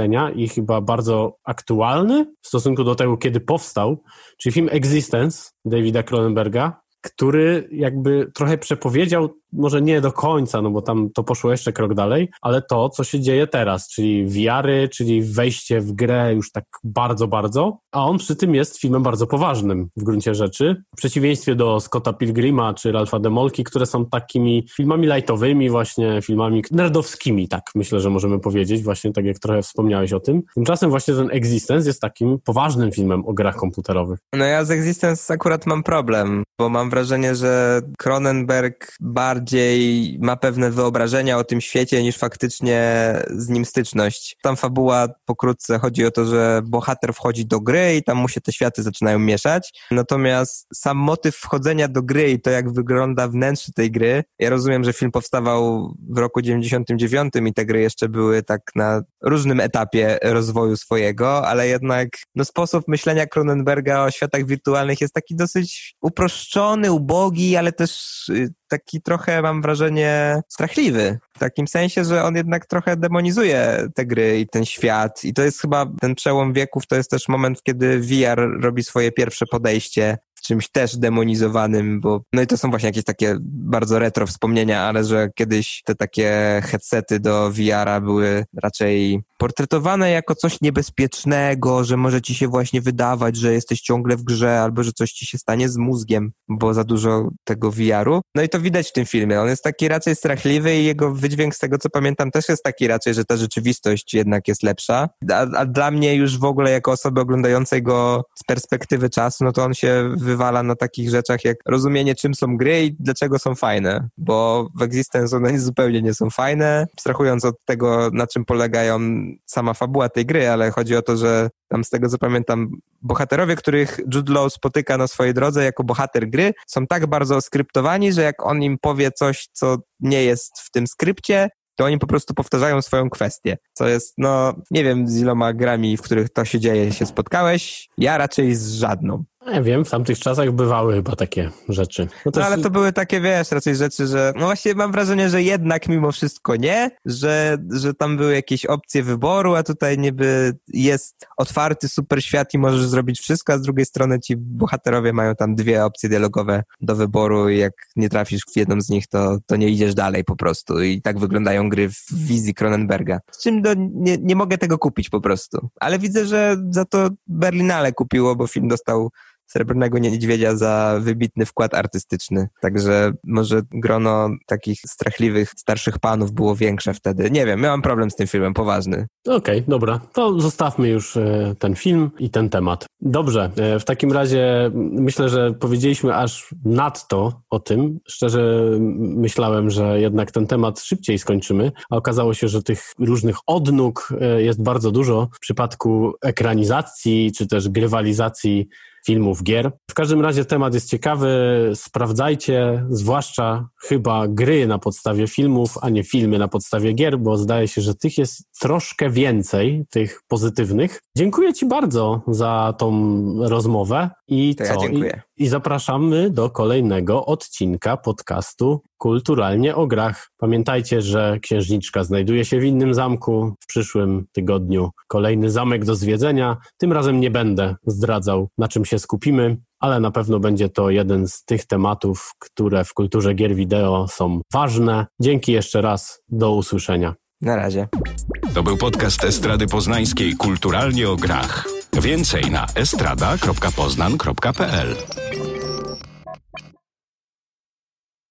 chyba bardzo aktualny w stosunku do tego, kiedy powstał, czyli film Existence Davida Cronenberga, który jakby trochę przepowiedział, może nie do końca, no bo tam to poszło jeszcze krok dalej, ale to, co się dzieje teraz, czyli V R-y, czyli wejście w grę już tak bardzo, bardzo, a on przy tym jest filmem bardzo poważnym w gruncie rzeczy, w przeciwieństwie do Scotta Pilgrima czy Ralpha Demolki, które są takimi filmami lightowymi, właśnie filmami nerdowskimi, tak myślę, że możemy powiedzieć, właśnie tak jak trochę wspomniałeś o tym. Tymczasem właśnie ten Existence jest takim poważnym filmem o grach komputerowych. No ja z Existence akurat mam problem, bo mam wrażenie, że Cronenberg bardziej ma pewne wyobrażenia o tym świecie niż faktycznie z nim styczność. Tam fabuła pokrótce chodzi o to, że bohater wchodzi do gry i tam mu się te światy zaczynają mieszać. Natomiast sam motyw wchodzenia do gry i to, jak wygląda wnętrze tej gry, ja rozumiem, że film powstawał w roku dziewięćdziesiątym dziewiątym i te gry jeszcze były tak na różnym etapie rozwoju swojego, ale jednak no, sposób myślenia Cronenberga o światach wirtualnych jest taki dosyć uproszczony, ubogi, ale też taki trochę, mam wrażenie, strachliwy. W takim sensie, że on jednak trochę demonizuje te gry i ten świat. I to jest chyba ten przełom wieków, to jest też moment, kiedy V R robi swoje pierwsze podejście z czymś też demonizowanym, bo no i to są właśnie jakieś takie bardzo retro wspomnienia, ale że kiedyś te takie headsety do V R-a były raczej portretowane jako coś niebezpiecznego, że może ci się właśnie wydawać, że jesteś ciągle w grze, albo że coś ci się stanie z mózgiem, bo za dużo tego V R-u. No i to widać w tym filmie. On jest taki raczej strachliwy i jego wydźwięk, z tego co pamiętam, też jest taki raczej, że ta rzeczywistość jednak jest lepsza. A, a dla mnie już w ogóle jako osoby oglądającej go z perspektywy czasu, no to on się wywala na takich rzeczach jak rozumienie, czym są gry i dlaczego są fajne. Bo w Existence one zupełnie nie są fajne, abstrahując od tego, na czym polegają sama fabuła tej gry, ale chodzi o to, że tam z tego co pamiętam, bohaterowie, których Jude Law spotyka na swojej drodze jako bohater gry, są tak bardzo oskryptowani, że jak on im powie coś, co nie jest w tym skrypcie, to oni po prostu powtarzają swoją kwestię. Co jest, no, nie wiem z iloma grami, w których to się dzieje, się spotkałeś. Ja raczej z żadną. Nie wiem, w tamtych czasach bywały chyba takie rzeczy. No, no ale to były takie, wiesz, raczej rzeczy, że no właśnie mam wrażenie, że jednak mimo wszystko nie, że, że tam były jakieś opcje wyboru, a tutaj niby jest otwarty super świat i możesz zrobić wszystko, a z drugiej strony ci bohaterowie mają tam dwie opcje dialogowe do wyboru i jak nie trafisz w jedną z nich, to, to nie idziesz dalej po prostu i tak wyglądają gry w wizji Cronenberga. Z czym do, nie, nie mogę tego kupić po prostu. Ale widzę, że za to Berlinale kupiło, bo film dostał Srebrnego Niedźwiedzia za wybitny wkład artystyczny. Także może grono takich strachliwych starszych panów było większe wtedy. Nie wiem, miałem problem z tym filmem, poważny. Okej, okay, dobra. To zostawmy już ten film i ten temat. Dobrze, w takim razie myślę, że powiedzieliśmy aż nadto o tym. Szczerze myślałem, że jednak ten temat szybciej skończymy, a okazało się, że tych różnych odnóg jest bardzo dużo w przypadku ekranizacji czy też grywalizacji filmów, gier. W każdym razie temat jest ciekawy, sprawdzajcie, zwłaszcza chyba gry na podstawie filmów, a nie filmy na podstawie gier, bo zdaje się, że tych jest troszkę więcej, tych pozytywnych. Dziękuję Ci bardzo za tą rozmowę i to co? Ja dziękuję. I, I zapraszamy do kolejnego odcinka podcastu Kulturalnie o grach. Pamiętajcie, że Księżniczka znajduje się w innym zamku. W przyszłym tygodniu kolejny zamek do zwiedzenia. Tym razem nie będę zdradzał, na czym się skupimy, ale na pewno będzie to jeden z tych tematów, które w kulturze gier wideo są ważne. Dzięki jeszcze raz, do usłyszenia. Na razie. To był podcast Estrady Poznańskiej Kulturalnie o grach. Więcej na estrada kropka poznan kropka p l.